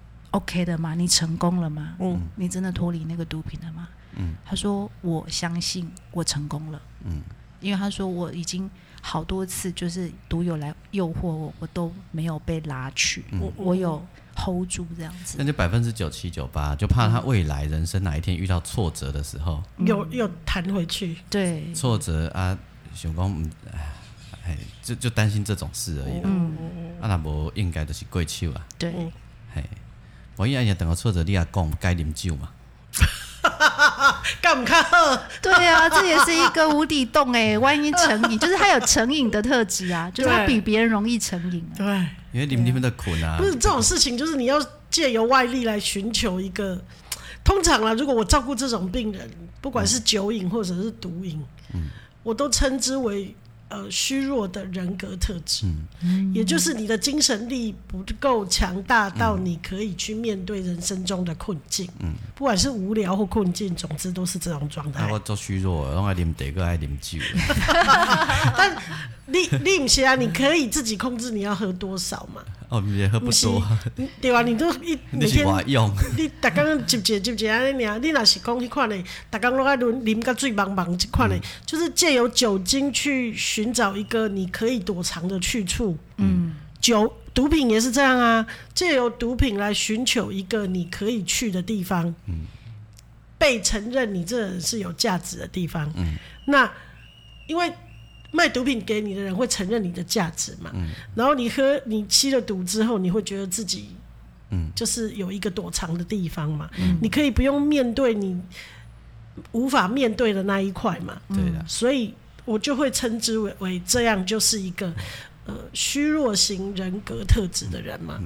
？OK 的吗？你成功了吗？嗯，你真的脱离那个毒品了吗？嗯，他说我相信我成功了。嗯，因为他说我已经好多次就是毒友来诱惑我，我都没有被拉去，嗯、我我有 hold 住这样子。 那就百分之九七九八，就怕他未来人生哪一天遇到挫折的时候， 嗯、又又弹回去。 对， 挫折啊，想讲，哎，就就担心这种事而已啦。嗯啊，那无应该就是过手啊。 对， 嘿。我以前等我挫折，你也讲该啉酒嘛？ 干唔较好？ 对啊，这也是一个无底洞哎、欸。万一成瘾，就是他有成瘾的特质啊，就是他比别人容易成瘾、啊。 对， 因为啉啉的困啊。 不是这种事情，就是你要借由外力来寻求一个。通常啦，如果我照顾这种病人，不管是酒瘾或者是毒瘾，嗯、我都称之为。呃，虚弱的人格特质、嗯，也就是你的精神力不够强大到你可以去面对人生中的困境，嗯、不管是无聊或困境，总之都是这种状态。 啊、我做虚弱，我爱啉茶，我爱啉酒。 但你你不是啊？你可以自己控制你要喝多少嘛？ 哦，也喝不多， 对啊，你都一每天你逐工接接接接安尼尔，你若是讲迄款的，逐工拢爱啉甲水茫茫这款的、嗯，就是借由酒精去寻找一个你可以躲藏的去处。嗯，酒毒品也是这样啊，借由毒品来寻求一个你可以去的地方，嗯，被承认你这人是有价值的地方。嗯，那因为。卖毒品给你的人会承认你的价值嘛、嗯？然后你喝你吸了毒之后，你会觉得自己，嗯，就是有一个躲藏的地方嘛。嗯、你可以不用面对你无法面对的那一块嘛。 对的。 所以我就会称之为为这样，就是一个呃虚弱型人格特质的人嘛。嗯、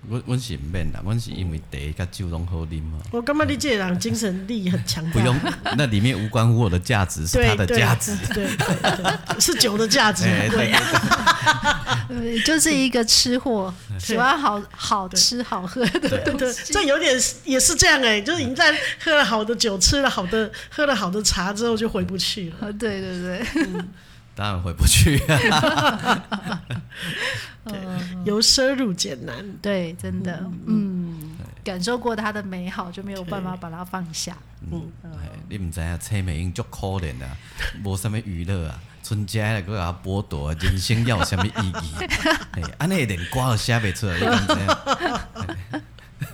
我我是唔免啦，我是因为茶甲酒拢好啉嘛。 我感觉你这个人精神力很强大。 不用，那里面无关乎我的价值，是他的价值。 对对 对, 对，是酒的价值。 欸、对, 对，就是一个吃货，喜欢好好吃好喝的东西。 这有点也是这样哎、欸，就是你在喝了好的酒，吃了好的，喝了好的茶之后，就回不去了。 对对对。嗯， 当然回不去、啊对，由奢入俭难。 对，真的，嗯，嗯感受过它的美好，就没有办法把它放下。 嗯，嗯你唔知影蔡美英足可怜啊，无什么娱乐啊，春节来搁甲剥夺人生要有什么意义？哎，安尼连歌都写不出来，你敢知影？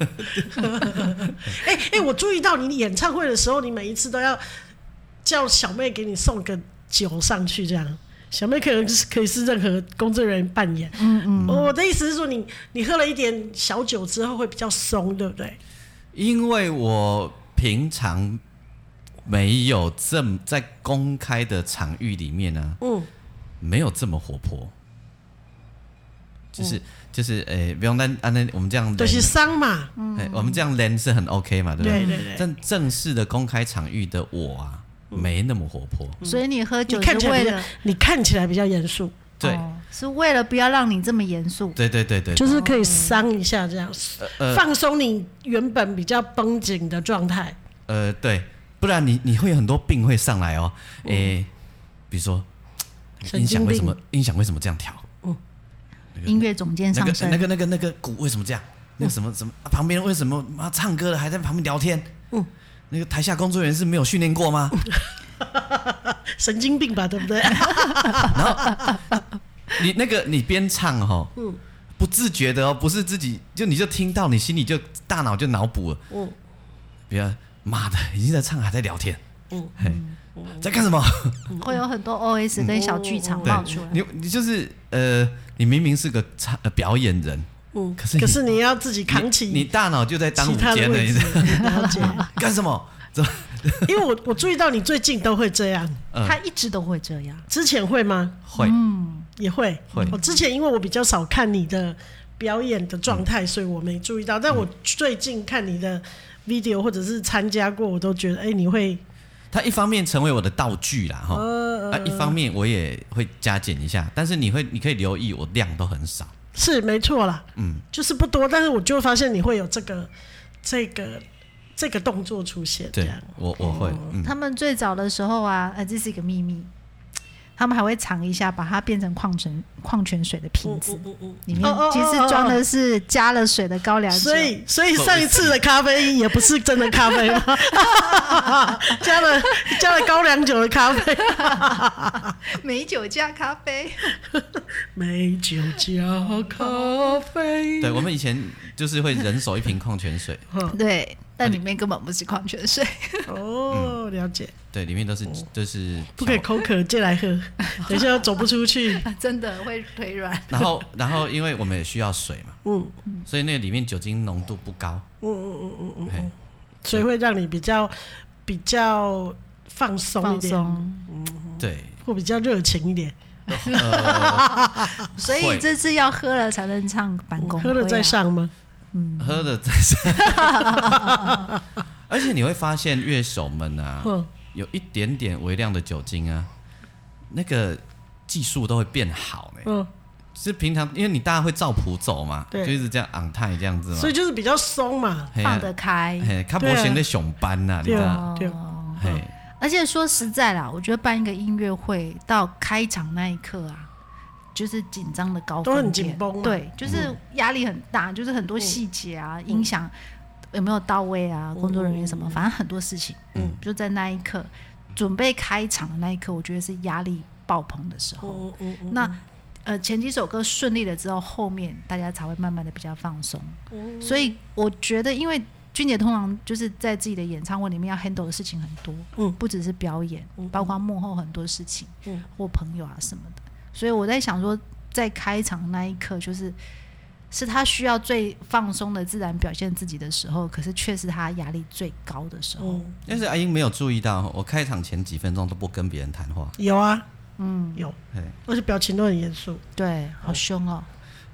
哎哎、欸欸，我注意到你演唱会的时候，你每一次都要叫小妹给你送个酒上去，这样。小妹可能是可以是任何工作人员扮演。嗯嗯。我的意思是说你，你你喝了一点小酒之后会比较松，对不对？ 因为我平常没有这么在公开的场域里面呢、啊，嗯，没有这么活泼。就是、嗯、就是诶，比方咱安尼我们这样就是伤嘛， 嗯，我们这样练是很 OK 嘛，对不对？ 对对对。 但正式的公开场域的我啊。没那么活泼、 嗯，所以你喝酒是为了你看起来比较严肃， 对、 哦，是为了不要让你这么严肃， 对对对 对, 对， 就是可以伤一下这样，呃、放松你原本比较绷紧的状态。 呃，对，不然你你会有很多病会上来哦，诶、欸，比如说音响为什么音响为什么这样调？嗯， 那个、音乐总监上身， 那个那个那个那个鼓为什么这样？那个什么什么、啊、旁边为什么妈唱歌的还在旁边聊天？嗯。那个台下工作人员是没有训练过吗？ 神经病吧，对不对？ 然后你那个你边唱哈，嗯，不自觉的哦，不是自己就你就听到，你心里就大脑就脑补了，嗯，比如妈的已经在唱还在聊天，嗯，嘿，在干什么？ 会有很多 O S 跟小剧场冒出来。 你你就是呃，你明明是个唱、呃、表演人。 嗯，可是可是你要自己扛起你, 你大脑就在当午间了，你了解干什么？ 因为我我注意到你最近都会这样， 嗯、他一直都会这样。 之前会吗？ 会， 嗯，也会。 会。 我之前因为我比较少看你的表演的状态、嗯，所以我没注意到。但我最近看你的 video 或者是参加过，我都觉得，哎、欸，你会。 他一方面成为我的道具啦，哈、呃，啊，一方面我也会加减一下，但是你会，你可以留意，我量都很少。是没错啦，嗯，就是不多，但是我就发现你会有这个、这个、这个动作出现。 对，我我会、嗯。 他们最早的时候啊，呃，这是一个秘密，他们还会藏一下，把它变成矿泉矿泉水的瓶子，嗯嗯嗯、里面其实装的是加了水的高粱酒。 所以，所以上一次的咖啡因也不是真的咖啡吗？加了加了高粱酒的咖啡， 美酒加咖啡， 美酒加咖啡。 对，我们以前就是会人手一瓶矿泉水， 对，但里面根本不是矿泉水。 哦，了解。 对，里面都是都是不可以口渴借来喝，等一下又走不出去， 真的会腿软。 然后，然后因为我们也需要水嘛，嗯，所以那个里面酒精浓度不高， 嗯嗯嗯嗯嗯嗯，所以会让你比较比较放松一点， 嗯， 对， 或比较热情一点。 呃、 所以这次要喝了才能唱版公、啊， 喝了再上吗？ 嗯，喝了再上。而且你会发现乐手们啊，有一点点微量的酒精啊，那个技术都会变好呢。嗯，是平常因为你大家会照谱走嘛，就一直这样昂泰这样子嘛， 所以就是比较松嘛， 放得开。 嘿，他不行的熊班呐，你知道？ 对， 嘿。 而且说实在啦，我觉得办一个音乐会到开场那一刻啊，就是紧张的高峰， 都很紧绷， 对，就是压力很大，就是很多细节啊，嗯、音响有没有到位啊，嗯、工作人员什么，反正很多事情，嗯，就在那一刻准备开场的那一刻，我觉得是压力爆棚的时候。嗯嗯嗯、那呃前几首歌顺利了之后，后面大家才会慢慢的比较放松。嗯、所以我觉得，因为君姐通常就是在自己的演唱会里面要 handle 的事情很多，嗯，不只是表演，嗯、包括幕后很多事情，嗯，或朋友啊什么的。所以我在想说，在开场那一刻，就是是他需要最放松的自然表现自己的时候，可是却是他压力最高的时候。嗯、 但是阿英没有注意到，我开场前几分钟都不跟别人谈话。 有啊，嗯，有，而且表情都很严肃。 对，好凶哦。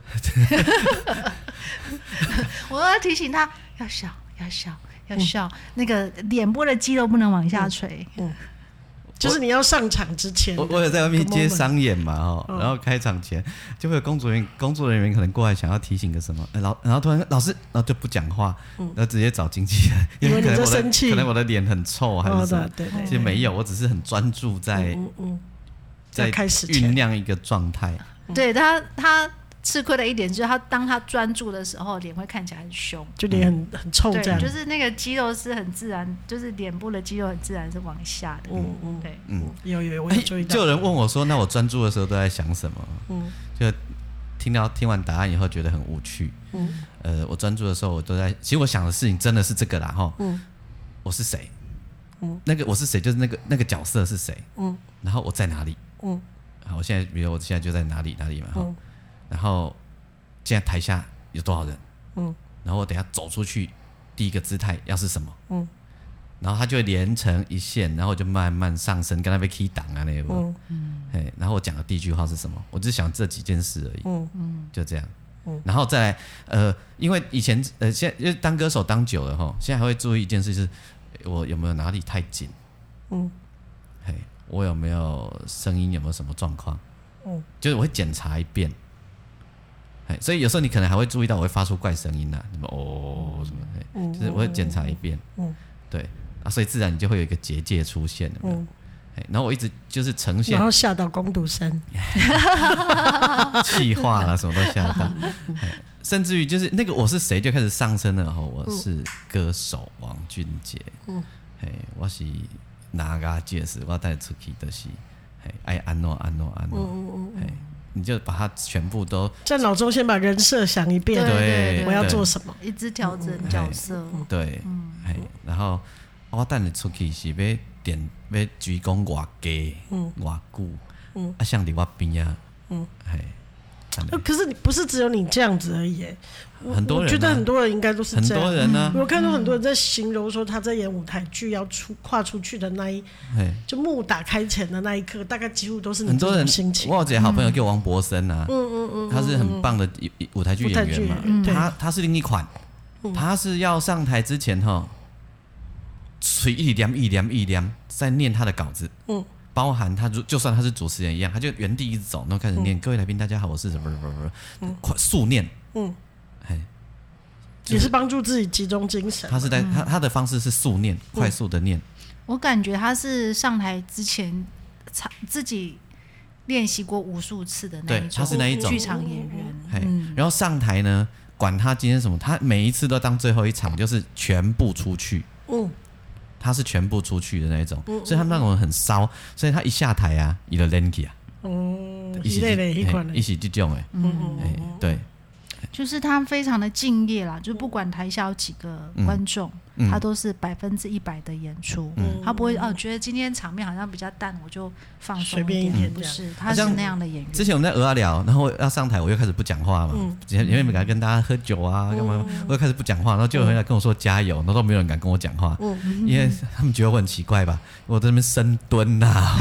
我要提醒他要笑，要笑，要笑，嗯、那个脸部的肌肉不能往下垂。嗯，嗯就是你要上场之前， 我我有在外面接商演嘛，哦，嗯、然后开场前就会有工作人员工作人员可能过来想要提醒个什么，然后然后突然老师，然后就不讲话，嗯、然后直接找经纪人，因为可能我的可能我的脸很臭还是什么，哦、对对对，其实没有，我只是很专注在嗯嗯在酝酿一个状态。 对他他。吃亏的一点就是他当他专注的时候，脸会看起来很凶， 就脸很很臭这样。 对，就是那个肌肉是很自然，就是脸部的肌肉很自然是往下的。嗯嗯，对，嗯， 有有我有注意到。 就有人问我说：“那我专注的时候都在想什么？”嗯，就听到听完答案以后觉得很无趣。嗯，呃，我专注的时候我都在，其实我想的事情真的是这个啦哈。嗯，我是谁？嗯，那个我是谁？就是那个那个角色是谁？嗯，然后我在哪里？嗯，好，我现在比如我现在就在哪里哪里嘛哈。嗯然后现在台下有多少人？嗯，然后我等一下走出去，第一个姿态要是什么？嗯，然后它就会连成一线，然后我就慢慢上升，跟它被 key 档啊那个。嗯嗯，然后我讲的第一句话是什么？我只想这几件事而已。嗯嗯，就这样。嗯，然后再来，呃，因为以前呃，现在因为当歌手当久了哈，现在还会注意一件事，就是我有没有哪里太紧？嗯，嘿，我有没有声音有没有什么状况？嗯，就是我会检查一遍。所以有时候你可能还会注意到我会发出怪声音呐、啊，什么哦什么的，嗯、就是我会检查一遍，嗯，对啊，所以自然你就会有一个结界出现了，嗯，然后我一直就是呈现， 然后吓到工读生， 气化了什么都吓到，甚至于就是那个我是谁就开始上升了，我是歌手王俊杰，嗯，我是哪个解释我带出去的是，爱安诺安诺安诺，嗯嗯嗯。你就把它全部都在脑中先把人设想一遍， 对， 我要做什么， 一直调整角色， 嗯、对，嗯、然后我带你出去是要点要鞠躬偌低偌久，嗯，啊，像你我边啊，嗯， 可是你不是只有你这样子而已， 很多人、啊， 我觉得很多人应该都是这样。 很多人呢、啊， 我看到很多人在形容说他在演舞台剧要出跨出去的那一，就幕打开前的那一刻，大概几乎都是你这种心情。 我有一个好朋友叫王博生啊，嗯嗯嗯，他是很棒的舞台剧演员嘛，嗯、他他是另一款，嗯、他是要上台之前哈，嘴一念一念一念在念他的稿子，嗯。包含他，就算他是主持人一样，他就原地一直走，然后开始念。嗯、各位来宾，大家好，我是什么什么什么，快速念。嗯，哎， 也是帮助自己集中精神。 他是在、嗯、他他的方式是速念，嗯、快速的念。 我感觉他是上台之前自己练习过无数次的那一种， 他是那一种剧场演员。 嗯、然后上台呢，管他今天什么，他每一次都当最后一场，就是全部出去。嗯。他是全部出去的那一种，嗯、所以他那种人很骚，所以他一下台啊，伊就冷起啊，嗯，一起一起这种哎，嗯嗯，对， 就是他非常的敬业啦，就不管台下有几个观众，嗯、他都是百分之一百的演出，嗯、他不会哦，觉得今天场面好像比较淡，我就放松一点，一不是，他是那样的演员。 之前我们在鹅啊聊，然后要上台，我又开始不讲话嘛，嗯、因为没敢跟大家喝酒啊，干嘛？嗯、我又开始不讲话，然后就有人来跟我说加油，然后都没有人敢跟我讲话，嗯、因为他们觉得我很奇怪吧，我在那边深蹲呐、啊、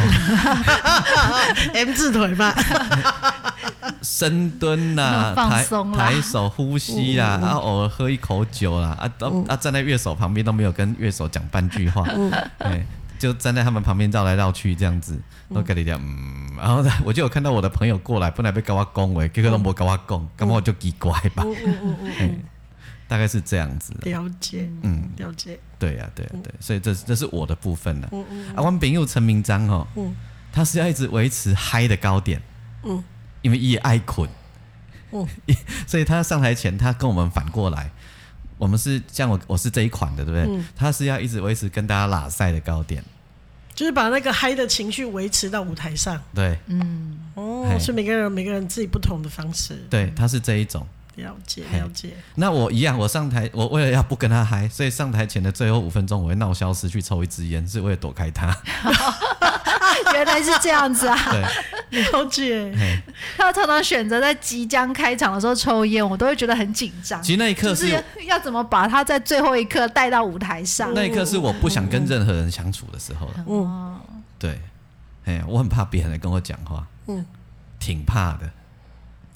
，M 字腿吧。 深蹲啦、啊，抬抬手呼吸啦、啊，然、嗯、后、啊、偶尔喝一口酒啦，啊，都、嗯、啊站在乐手旁边都没有跟乐手讲半句话，嗯、对，就站在他们旁边绕来绕去这样子，都跟你讲，嗯，然后我就有看到我的朋友过来，本来要跟我讲话，结果都没跟我讲，感觉我就奇怪吧，嗯嗯嗯嗯嗯、大概是这样子。 了解，嗯，了解。 对呀、啊，对呀、啊，对，所以这这是我的部分了。嗯嗯、啊，我朋友陈明章哦，嗯、他是要一直维持嗨的高点，嗯。因为也爱困，嗯、所以他上台前，他跟我们反过来，我们是像我，我是这一款的，对不对？嗯、他是要一直维持跟大家拉赛的高点， 就是把那个嗨的情绪维持到舞台上。 对， 嗯，哦，是每个人每个人自己不同的方式。 对，他是这一种。 了解了解。 那我一样，我上台，我为了要不跟他嗨，所以上台前的最后五分钟，我会闹消失去抽一支烟，是为了躲开他。 原来是这样子啊！ 对， 了解。 他常常选择在即将开场的时候抽烟，我都会觉得很紧张。 其实那一刻是、 就是、要怎么把他在最后一刻带到舞台上。 那一刻是我不想跟任何人相处的时候了。嗯，对，哎，我很怕别人来跟我讲话，嗯，挺怕的。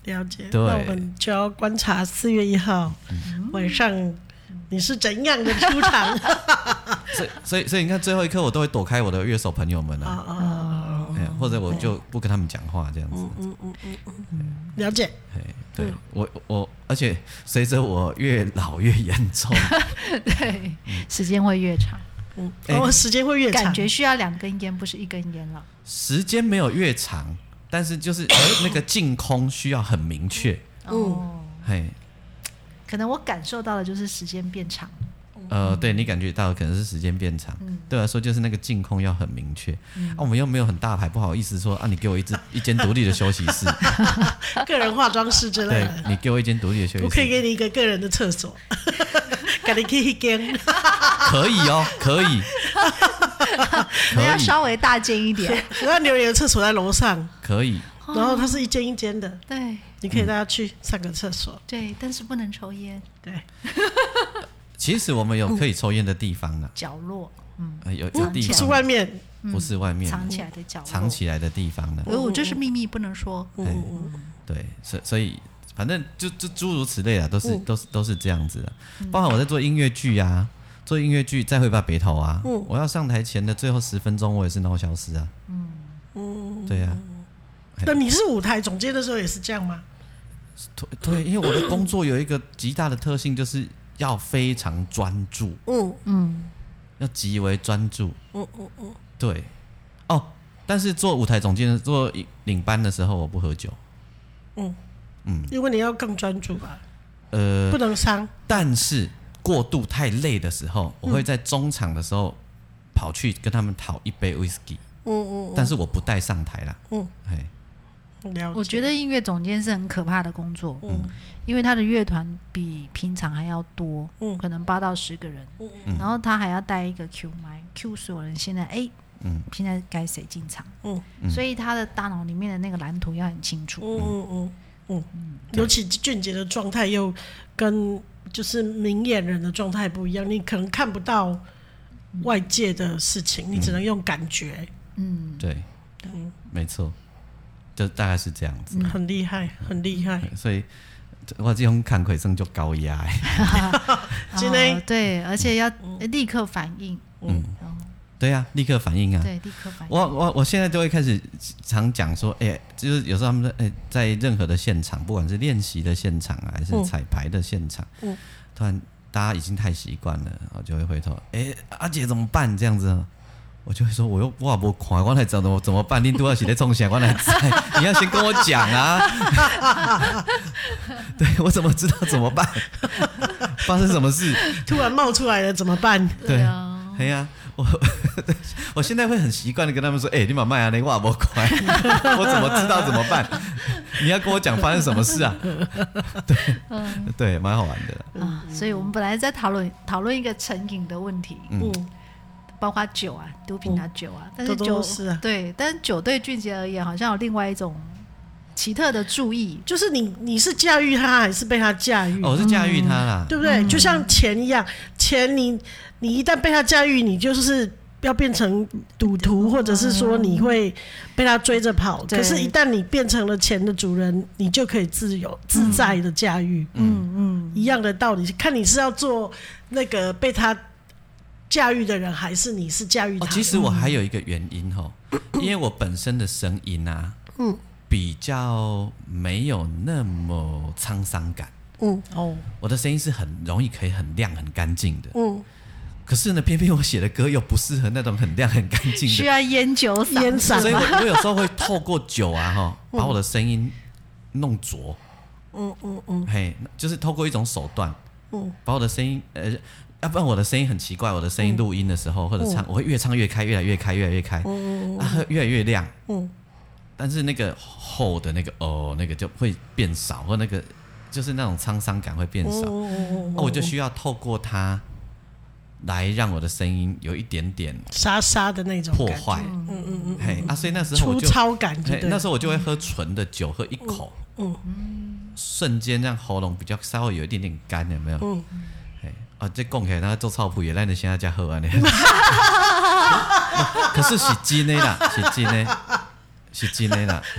了解。 对， 那我们就要观察四月一号、嗯、晚上你是怎样的出场。 所以所以所以你看最后一刻我都会躲开我的乐手朋友们啊，啊啊哎、或者我就不跟他们讲话这样子。嗯嗯嗯嗯嗯，了解。 对、嗯、我我而且随着我越老越严重， 对，时间会越长。 嗯，哦，时间会越长， 感觉需要两根烟，不是一根烟了。 时间没有越长，但是就是那个净空需要很明确。 哦， 嘿， 可能我感受到的就是时间变长。 呃，对你感觉到的可能是时间变长，嗯、对我来说就是那个净空要很明确。嗯、啊，我们又没有很大牌，不好意思说啊，你给我一支一间独立的休息室， 个人化妆室之类的。 对，你给我一间独立的休息室， 我可以给你一个个人的厕所，给你去一间。 可以哦，可以。 那要稍微大间一点。 那留言的厕所在楼上， 可以。 然后它是一间一间的， 对， 你可以带他去上个厕所。 对，但是不能抽烟。 对。 其实我们有可以抽烟的地方呢， 角落， 嗯，有有地方， 不是外面， 不是外面， 藏起来的角落， 藏起来的地方呢。 我这是秘密，不能说。 嗯，对，所所以反正就就诸如此类啊，都是都是都是这样子的。包含我在做音乐剧啊，做音乐剧再会吧北投啊，我要上台前的最后十分钟，我也是闹消失啊。嗯嗯，对啊。 那你是舞台总监的时候也是这样吗？ 对对，因为我的工作有一个极大的特性，就是要非常专注，嗯嗯，要极为专注，嗯嗯嗯，对，哦，但是做舞台总监、做领班的时候，我不喝酒， 嗯嗯，因为你要更专注吧， 呃， 不能伤。但是过度太累的时候，我会在中场的时候跑去跟他们讨一杯 whisky， 嗯嗯，但是我不带上台啦，嗯，嘿。 我觉得音乐总监是很可怕的工作，嗯，因为他的乐团比平常还要多，嗯，可能八到十个人，嗯，然后他还要带一个 Q 麦 ，Q 所有人现在哎，嗯，现在该谁进场，嗯，所以他的大脑里面的那个蓝图要很清楚， 嗯嗯嗯嗯，尤其俊杰的状态又跟就是明眼人的状态不一样，你可能看不到外界的事情，嗯、你只能用感觉， 嗯，对，嗯，没错。就大概是这样子， 嗯、很厉害，很厉害。 所以我这种看鬼声就高压， 真的、哦、对，而且要立刻反应。嗯， 对啊，立刻反应啊， 对，立刻反应。 我我我现在就会开始常讲说，哎、欸，就是有时候他们哎、欸，在任何的现场，不管是练习的现场还是彩排的现场，嗯，突然大家已经太习惯了，我就会回头，哎、欸，阿姐怎么办？这样子。我就会说，我又我也没看，我哪知道怎么办？你都要是在冲啥，我哪知？你要先跟我讲啊！对，我怎么知道怎么办？发生什么事？ 突然冒出来了怎么办？ 对啊，对呀、啊，我我现在会很习惯的跟他们说，哎、欸，你妈卖啊，你我也没看，我怎么知道怎么办？你要跟我讲发生什么事啊？对，嗯、对，蛮好玩的啊。所以我们本来在讨论讨论一个成瘾的问题，嗯。嗯包括酒啊，毒品啊，酒啊，但是酒是啊， 对，但是酒对俊杰而言，好像有另外一种奇特的注意， 就是你你是驾驭他还是被他驾驭？ 哦，我是驾驭他啦、 嗯，对不对？嗯、就像钱一样，钱你你一旦被他驾驭，你就是要变成赌徒，或者是说你会被他追着跑。可是，一旦你变成了钱的主人，你就可以自由自在的驾驭。嗯嗯，一样的道理，看你是要做那个被他驾驭的人，还是你是驾驭他的人、哦？ 其实我还有一个原因哈，因为我本身的声音啊，嗯，比较没有那么沧桑感，嗯哦，我的声音是很容易可以很亮很干净的，嗯。可是呢，偏偏我写的歌又不适合那种很亮很干净的， 需要烟酒烟嗓， 所以我我有时候会透过酒啊哈，把我的声音弄浊，嗯嗯嗯，嘿，就是透过一种手段，嗯，把我的声音呃。要不然我的声音很奇怪，我的声音录音的时候、嗯、或者唱，我会越唱越开，越来越开，越来越开，嗯啊、越来越亮。嗯，但是那个后的那个哦，那个就会变少，或那个就是那种沧桑感会变少。嗯、啊，我就需要透过它来让我的声音有一点点沙沙的那种破坏。嗯嗯嗯嘿啊，所以那时候我就粗糙感就对， 那时候我就会喝纯的酒，喝一口，嗯嗯，瞬间让喉咙比较稍微有一点点干，有没有？嗯。啊，这讲起来，那做臭屁的，咱就现在才好安尼。可是是真的啦，是真的，是真的啦。嗯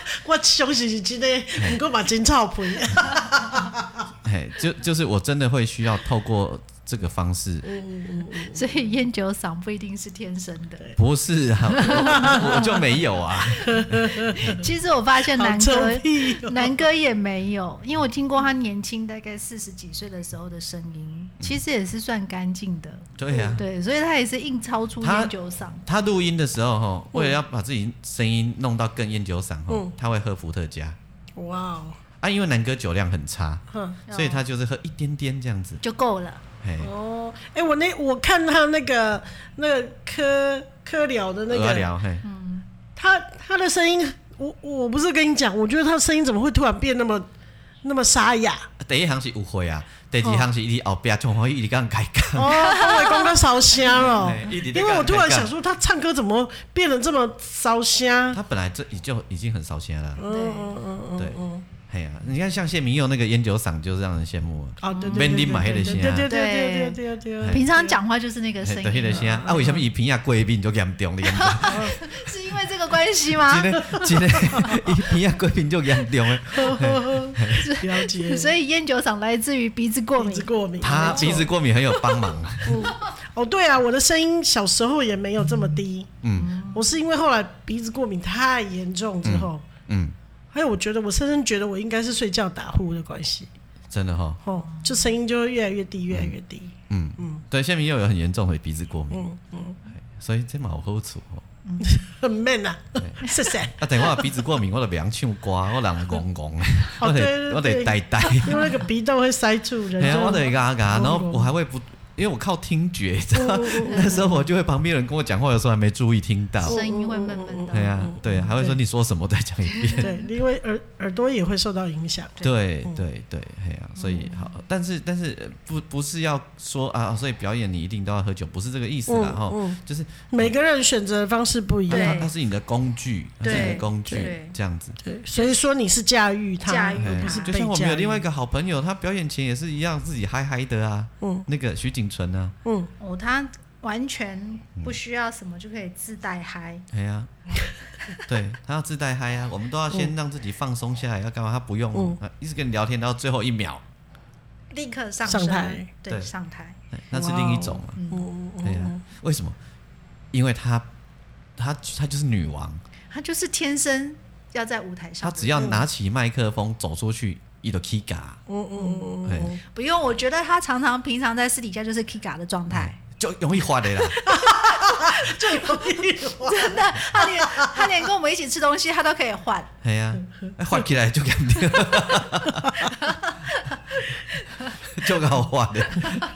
我相信是真的，不过嘛真臭屁。 嘿，就就是我真的会需要透过这个方式， 所以烟酒嗓不一定是天生的， 不是啊，我, 我就没有啊。 其实我发现南哥、 哦、 南哥也没有，因为我听过他年轻大概四十几岁的时候的声音，其实也是算干净的。 对呀、啊， 对，所以他也是硬超出烟酒嗓。 他录音的时候，为了要把自己声音弄到更烟酒嗓，嗯、他会喝伏特加。 哇哦！ 啊，因为南哥酒量很差，所以他就是喝一点点这样子就够了。 哦，哎、欸，我那我看他那个那个科科聊的那个， 聊，嘿， 嗯，他他的声音，我我不是跟你讲，我觉得他的声音怎么会突然变那么那么沙哑？ 第一行是有会啊，第二行是伊后边就会一直讲开讲。 哦，他会讲到烧声了，因为我突然想说，他唱歌怎么变得这么烧声？ 他本来这就已经很烧声了， 嗯嗯嗯嗯， 对。哎呀，你看像谢明佑那个烟酒嗓，就是让人羡慕啊！哦，对对对对对对对对对对， 平常讲话就是那个声音。 对，那个声啊，为什么伊鼻啊过敏就严重的？ 是因为这个关系吗？ 真的真的，伊鼻啊过敏就严重的。 了解。 所以烟酒嗓来自于鼻子过敏。 鼻子过敏， 他鼻子过敏很有帮忙。 哦，对啊，我的声音小时候也没有这么低。嗯，我是因为后来鼻子过敏太严重之后，嗯。还有，我觉得我深深觉得我应该是睡觉打呼的关系， 真的哈、 哦，哦，就声音就会越来越低，越来越低。 嗯嗯，对，谢明佑有很严重的鼻子过敏，嗯嗯，所以这嘛有好处哦， 嗯、很 man 啊，谢谢。 啊，等我鼻子过敏，我就不想唱歌，我人戆戆的，我得我得呆呆， 因为那个鼻窦会塞住人。 对啊，我得嘎嘎，然后我还会不。因为我靠听觉，知道、嗯嗯、那时候我就会旁边人跟我讲话，有时候还没注意听到， 声音会闷闷的。 对啊，对，还会说你说什么，再讲一遍。 对，因为耳耳朵也会受到影响。 对对对，嘿啊，所以好，但是但是不不是要说啊，所以表演你一定都要喝酒，不是这个意思啦哈、嗯嗯，就是每个人选择的方式不一样， 它是你的工具，它是你的工具，这样子。 对，所以说你是驾驭它， 驾驭它， 不是被驾驭。 就像我们有另外一个好朋友，他表演前也是一样，自己嗨嗨的啊，嗯，那个徐景纯啊， 嗯。 哦，他完全不需要什么就可以自带嗨。 哎呀，对他要自带嗨啊，我们都要先让自己放松下来，要干嘛？他不用、嗯、一直跟你聊天到最后一秒， 立刻上上台， 对，上台， 那是另一种嘛。嗯，对呀、啊，为什么？因为他他他就是女王， 他就是天生要在舞台上， 他只要拿起麦克风走出去。一都 Kiga， 嗯嗯嗯，不用，我觉得他常常平常在私底下就是 Kiga 的状态， 就容易滑的啦， 就容易滑， 真的，他连他连跟我们一起吃东西，他都可以换， 哎呀、啊，换起来就干掉，就好滑的，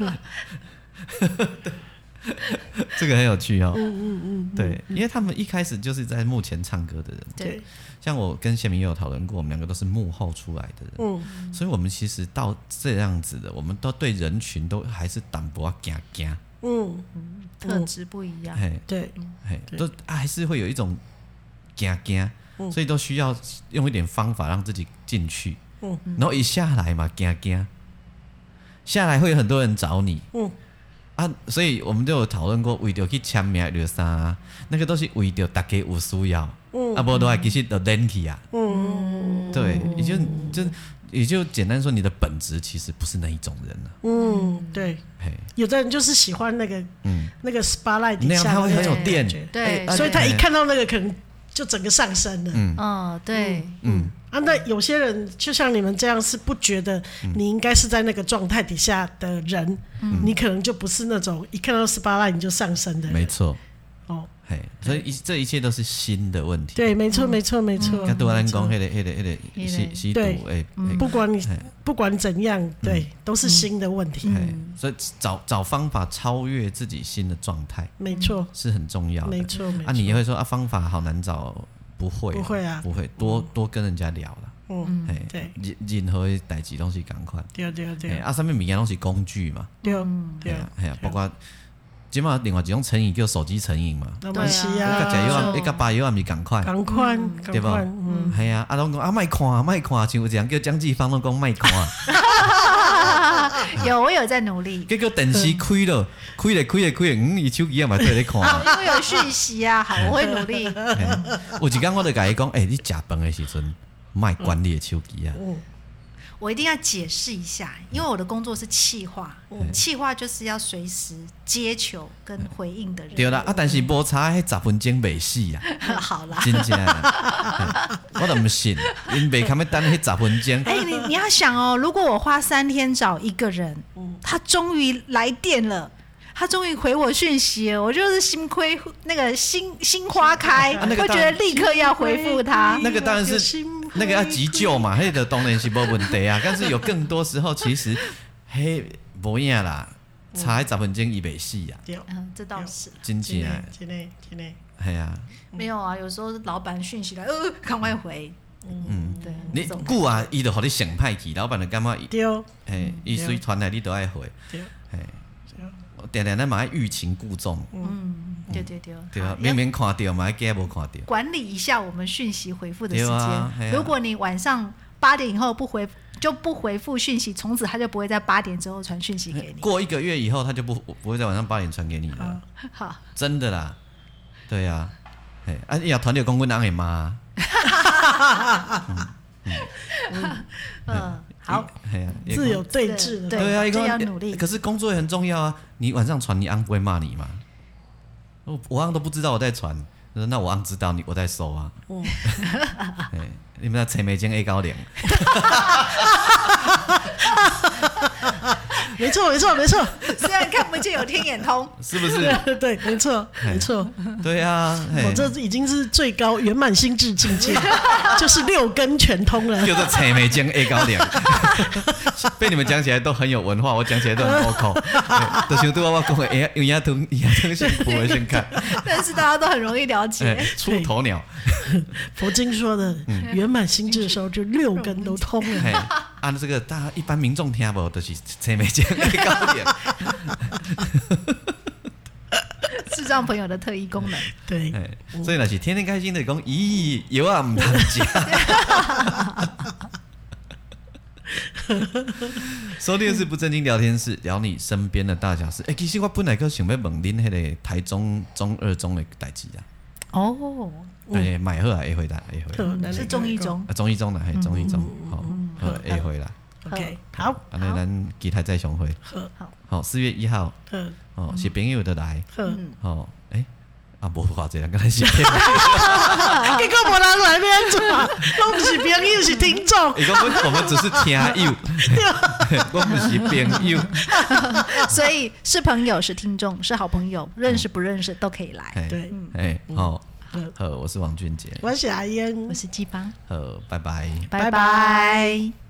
这个很有趣哦，嗯嗯嗯，对，因为他们一开始就是在幕前唱歌的人， 对。 像我跟谢明也有讨论过，我们两个都是幕后出来的人，嗯，所以我们其实到这样子的，我们都对人群都还是淡薄仔惊惊， 嗯，特质不一样， 嘿， 对， 嘿，都还是会有一种惊惊，所以都需要用一点方法让自己进去，嗯，然后一下来嘛惊惊，下来会有很多人找你，嗯。啊，所以我们都有讨论过，为着去签名留啥，那个都是为着大家有需要，嗯、啊，不然其实就冷去啊，嗯，对，也就就也就简单说，你的本质其实不是那一种人了、啊， 嗯，对，有的人就是喜欢那个，嗯，那个 spotlight 底下那样他会很有电， 对， 所以他一看到那个可能就整个上升了， 嗯，哦，对， 嗯。啊，那有些人就像你们这样是不觉得你应该是在那个状态底下的人、嗯，你可能就不是那种一看到十八赖你就上升的人。 没错，哦，嘿，所以这一切都是心的问题。 对，没错，没错，没错。 刚对我来讲，那个、那个、那个吸吸毒，哎、 嗯，不管你不管怎样，对，嗯、都是心的问题。 嗯、所以找找方法超越自己心的状态， 没错， 是很重要的。 没错，没错。 啊，你也会说啊，方法好难找。不会， 不会啊， 不会，多、嗯、多跟人家聊啦。 嗯，对， 任何的代志都是赶快。 对对对。 啊，上面物件都是工具嘛。 对对啊，系啊，包括即马另外一种成瘾叫手机成瘾嘛。 对啊。 一个食药，一个巴药也咪赶快。 赶快， 对吧？嗯，系啊，啊，拢讲啊，莫看，莫看，像有一人叫江继芳，拢讲莫看。 有，我有在努力。 结果电视开了，开了开了开了，嗯，伊手机也嘛在咧看。 啊，因为有讯息啊，好，我会努力。 有一天我就甲伊讲，诶、欸，你食饭的时阵，莫关你的手机啊。嗯我一定要解释一下，因为我的工作是企划，企划就是要随时接球跟回应的人。 对啦，啊，但是无差，迄十分钟袂死啊。 好啦， 真正啦，我都唔信，因袂堪要等迄十分钟。 哎、欸，你你要想哦，如果我花三天找一个人，他终于来电了。他终于回我讯息了，我就是心亏那个心心花开，啊那个、会觉得立刻要回复他。 那个当然是那个要急救嘛，那个当然是没问题啊。但是有更多时候其实嘿无影啦，差十分钟伊袂死啊。 嗯，这倒是。 真正啊， 真的真的。 系啊。 没有啊，有时候老板讯息来，呃，赶快回。嗯，对。 你久啊，伊就互你上歹去，老板就感觉对， 嘿，伊随传来你都爱回。对，嘿。定定咱嘛要欲擒故纵， 嗯，对对对， 对啊，明明看到嘛，假无看到。 管理一下我们讯息回复的时间、啊啊。如果你晚上八点以后不回，就不回复讯息，从此他就不会在八点之后传讯息给你。 过一个月以后，他就不不会在晚上八点传给你了。 好， 真的啦，对呀、啊，哎，啊，你也传到讲阮翁的妈。 嗯嗯，好， 自有对峙的， 对啊， 这要努力。 可是工作也很重要啊，你晚上传，你翁不会骂你吗？我我翁都不知道我在传，那我翁知道你我在收啊。嗯，你们在陈美金 A 高粱。 没错，没错，没错。 虽然看不见，有天眼通， 是不是？ 对，没错，没错。 对啊， 我这已经是最高圆满心智境界，就是六根全通了。 就是陈美金 A 高粱，被你们讲起来都很有文化，我讲起来都很拗口。就像对我讲的，哎，有牙疼，牙疼是不会先看， 但是大家都很容易了解。 出头鸟， 佛经说的圆满心智的时候，就六根都通了。 按这个大家一般民众听不，就是陈美金 A 高粱。 视障朋友的特异功能， 对， 所以那是天天开心的讲，咦，有啊唔通食。收听的是不正经聊天室，聊你身边的大小事。哎、欸，其实我本来就想要问恁迄个台中中二中的代志啊。 哦， 哎，买好啊，会回答，会回答。 是中一中， 啊，中一中的，系中一中，好，好，会回啦。 OK， 好， 安尼咱期待再相会。 好， 好，四月一号，哦，是朋友的来，哦，哎，啊，无偌济人跟咱是朋友， 结果无人来变做，拢不是朋友，是听众。 伊讲我们只是听友，我们是朋友， 所以是朋友，是听众，是好朋友，认识不认识都可以来。 对， 哎，好，好，我是王俊杰， 我是阿燕， 我是季芳， 好，拜拜， 拜拜。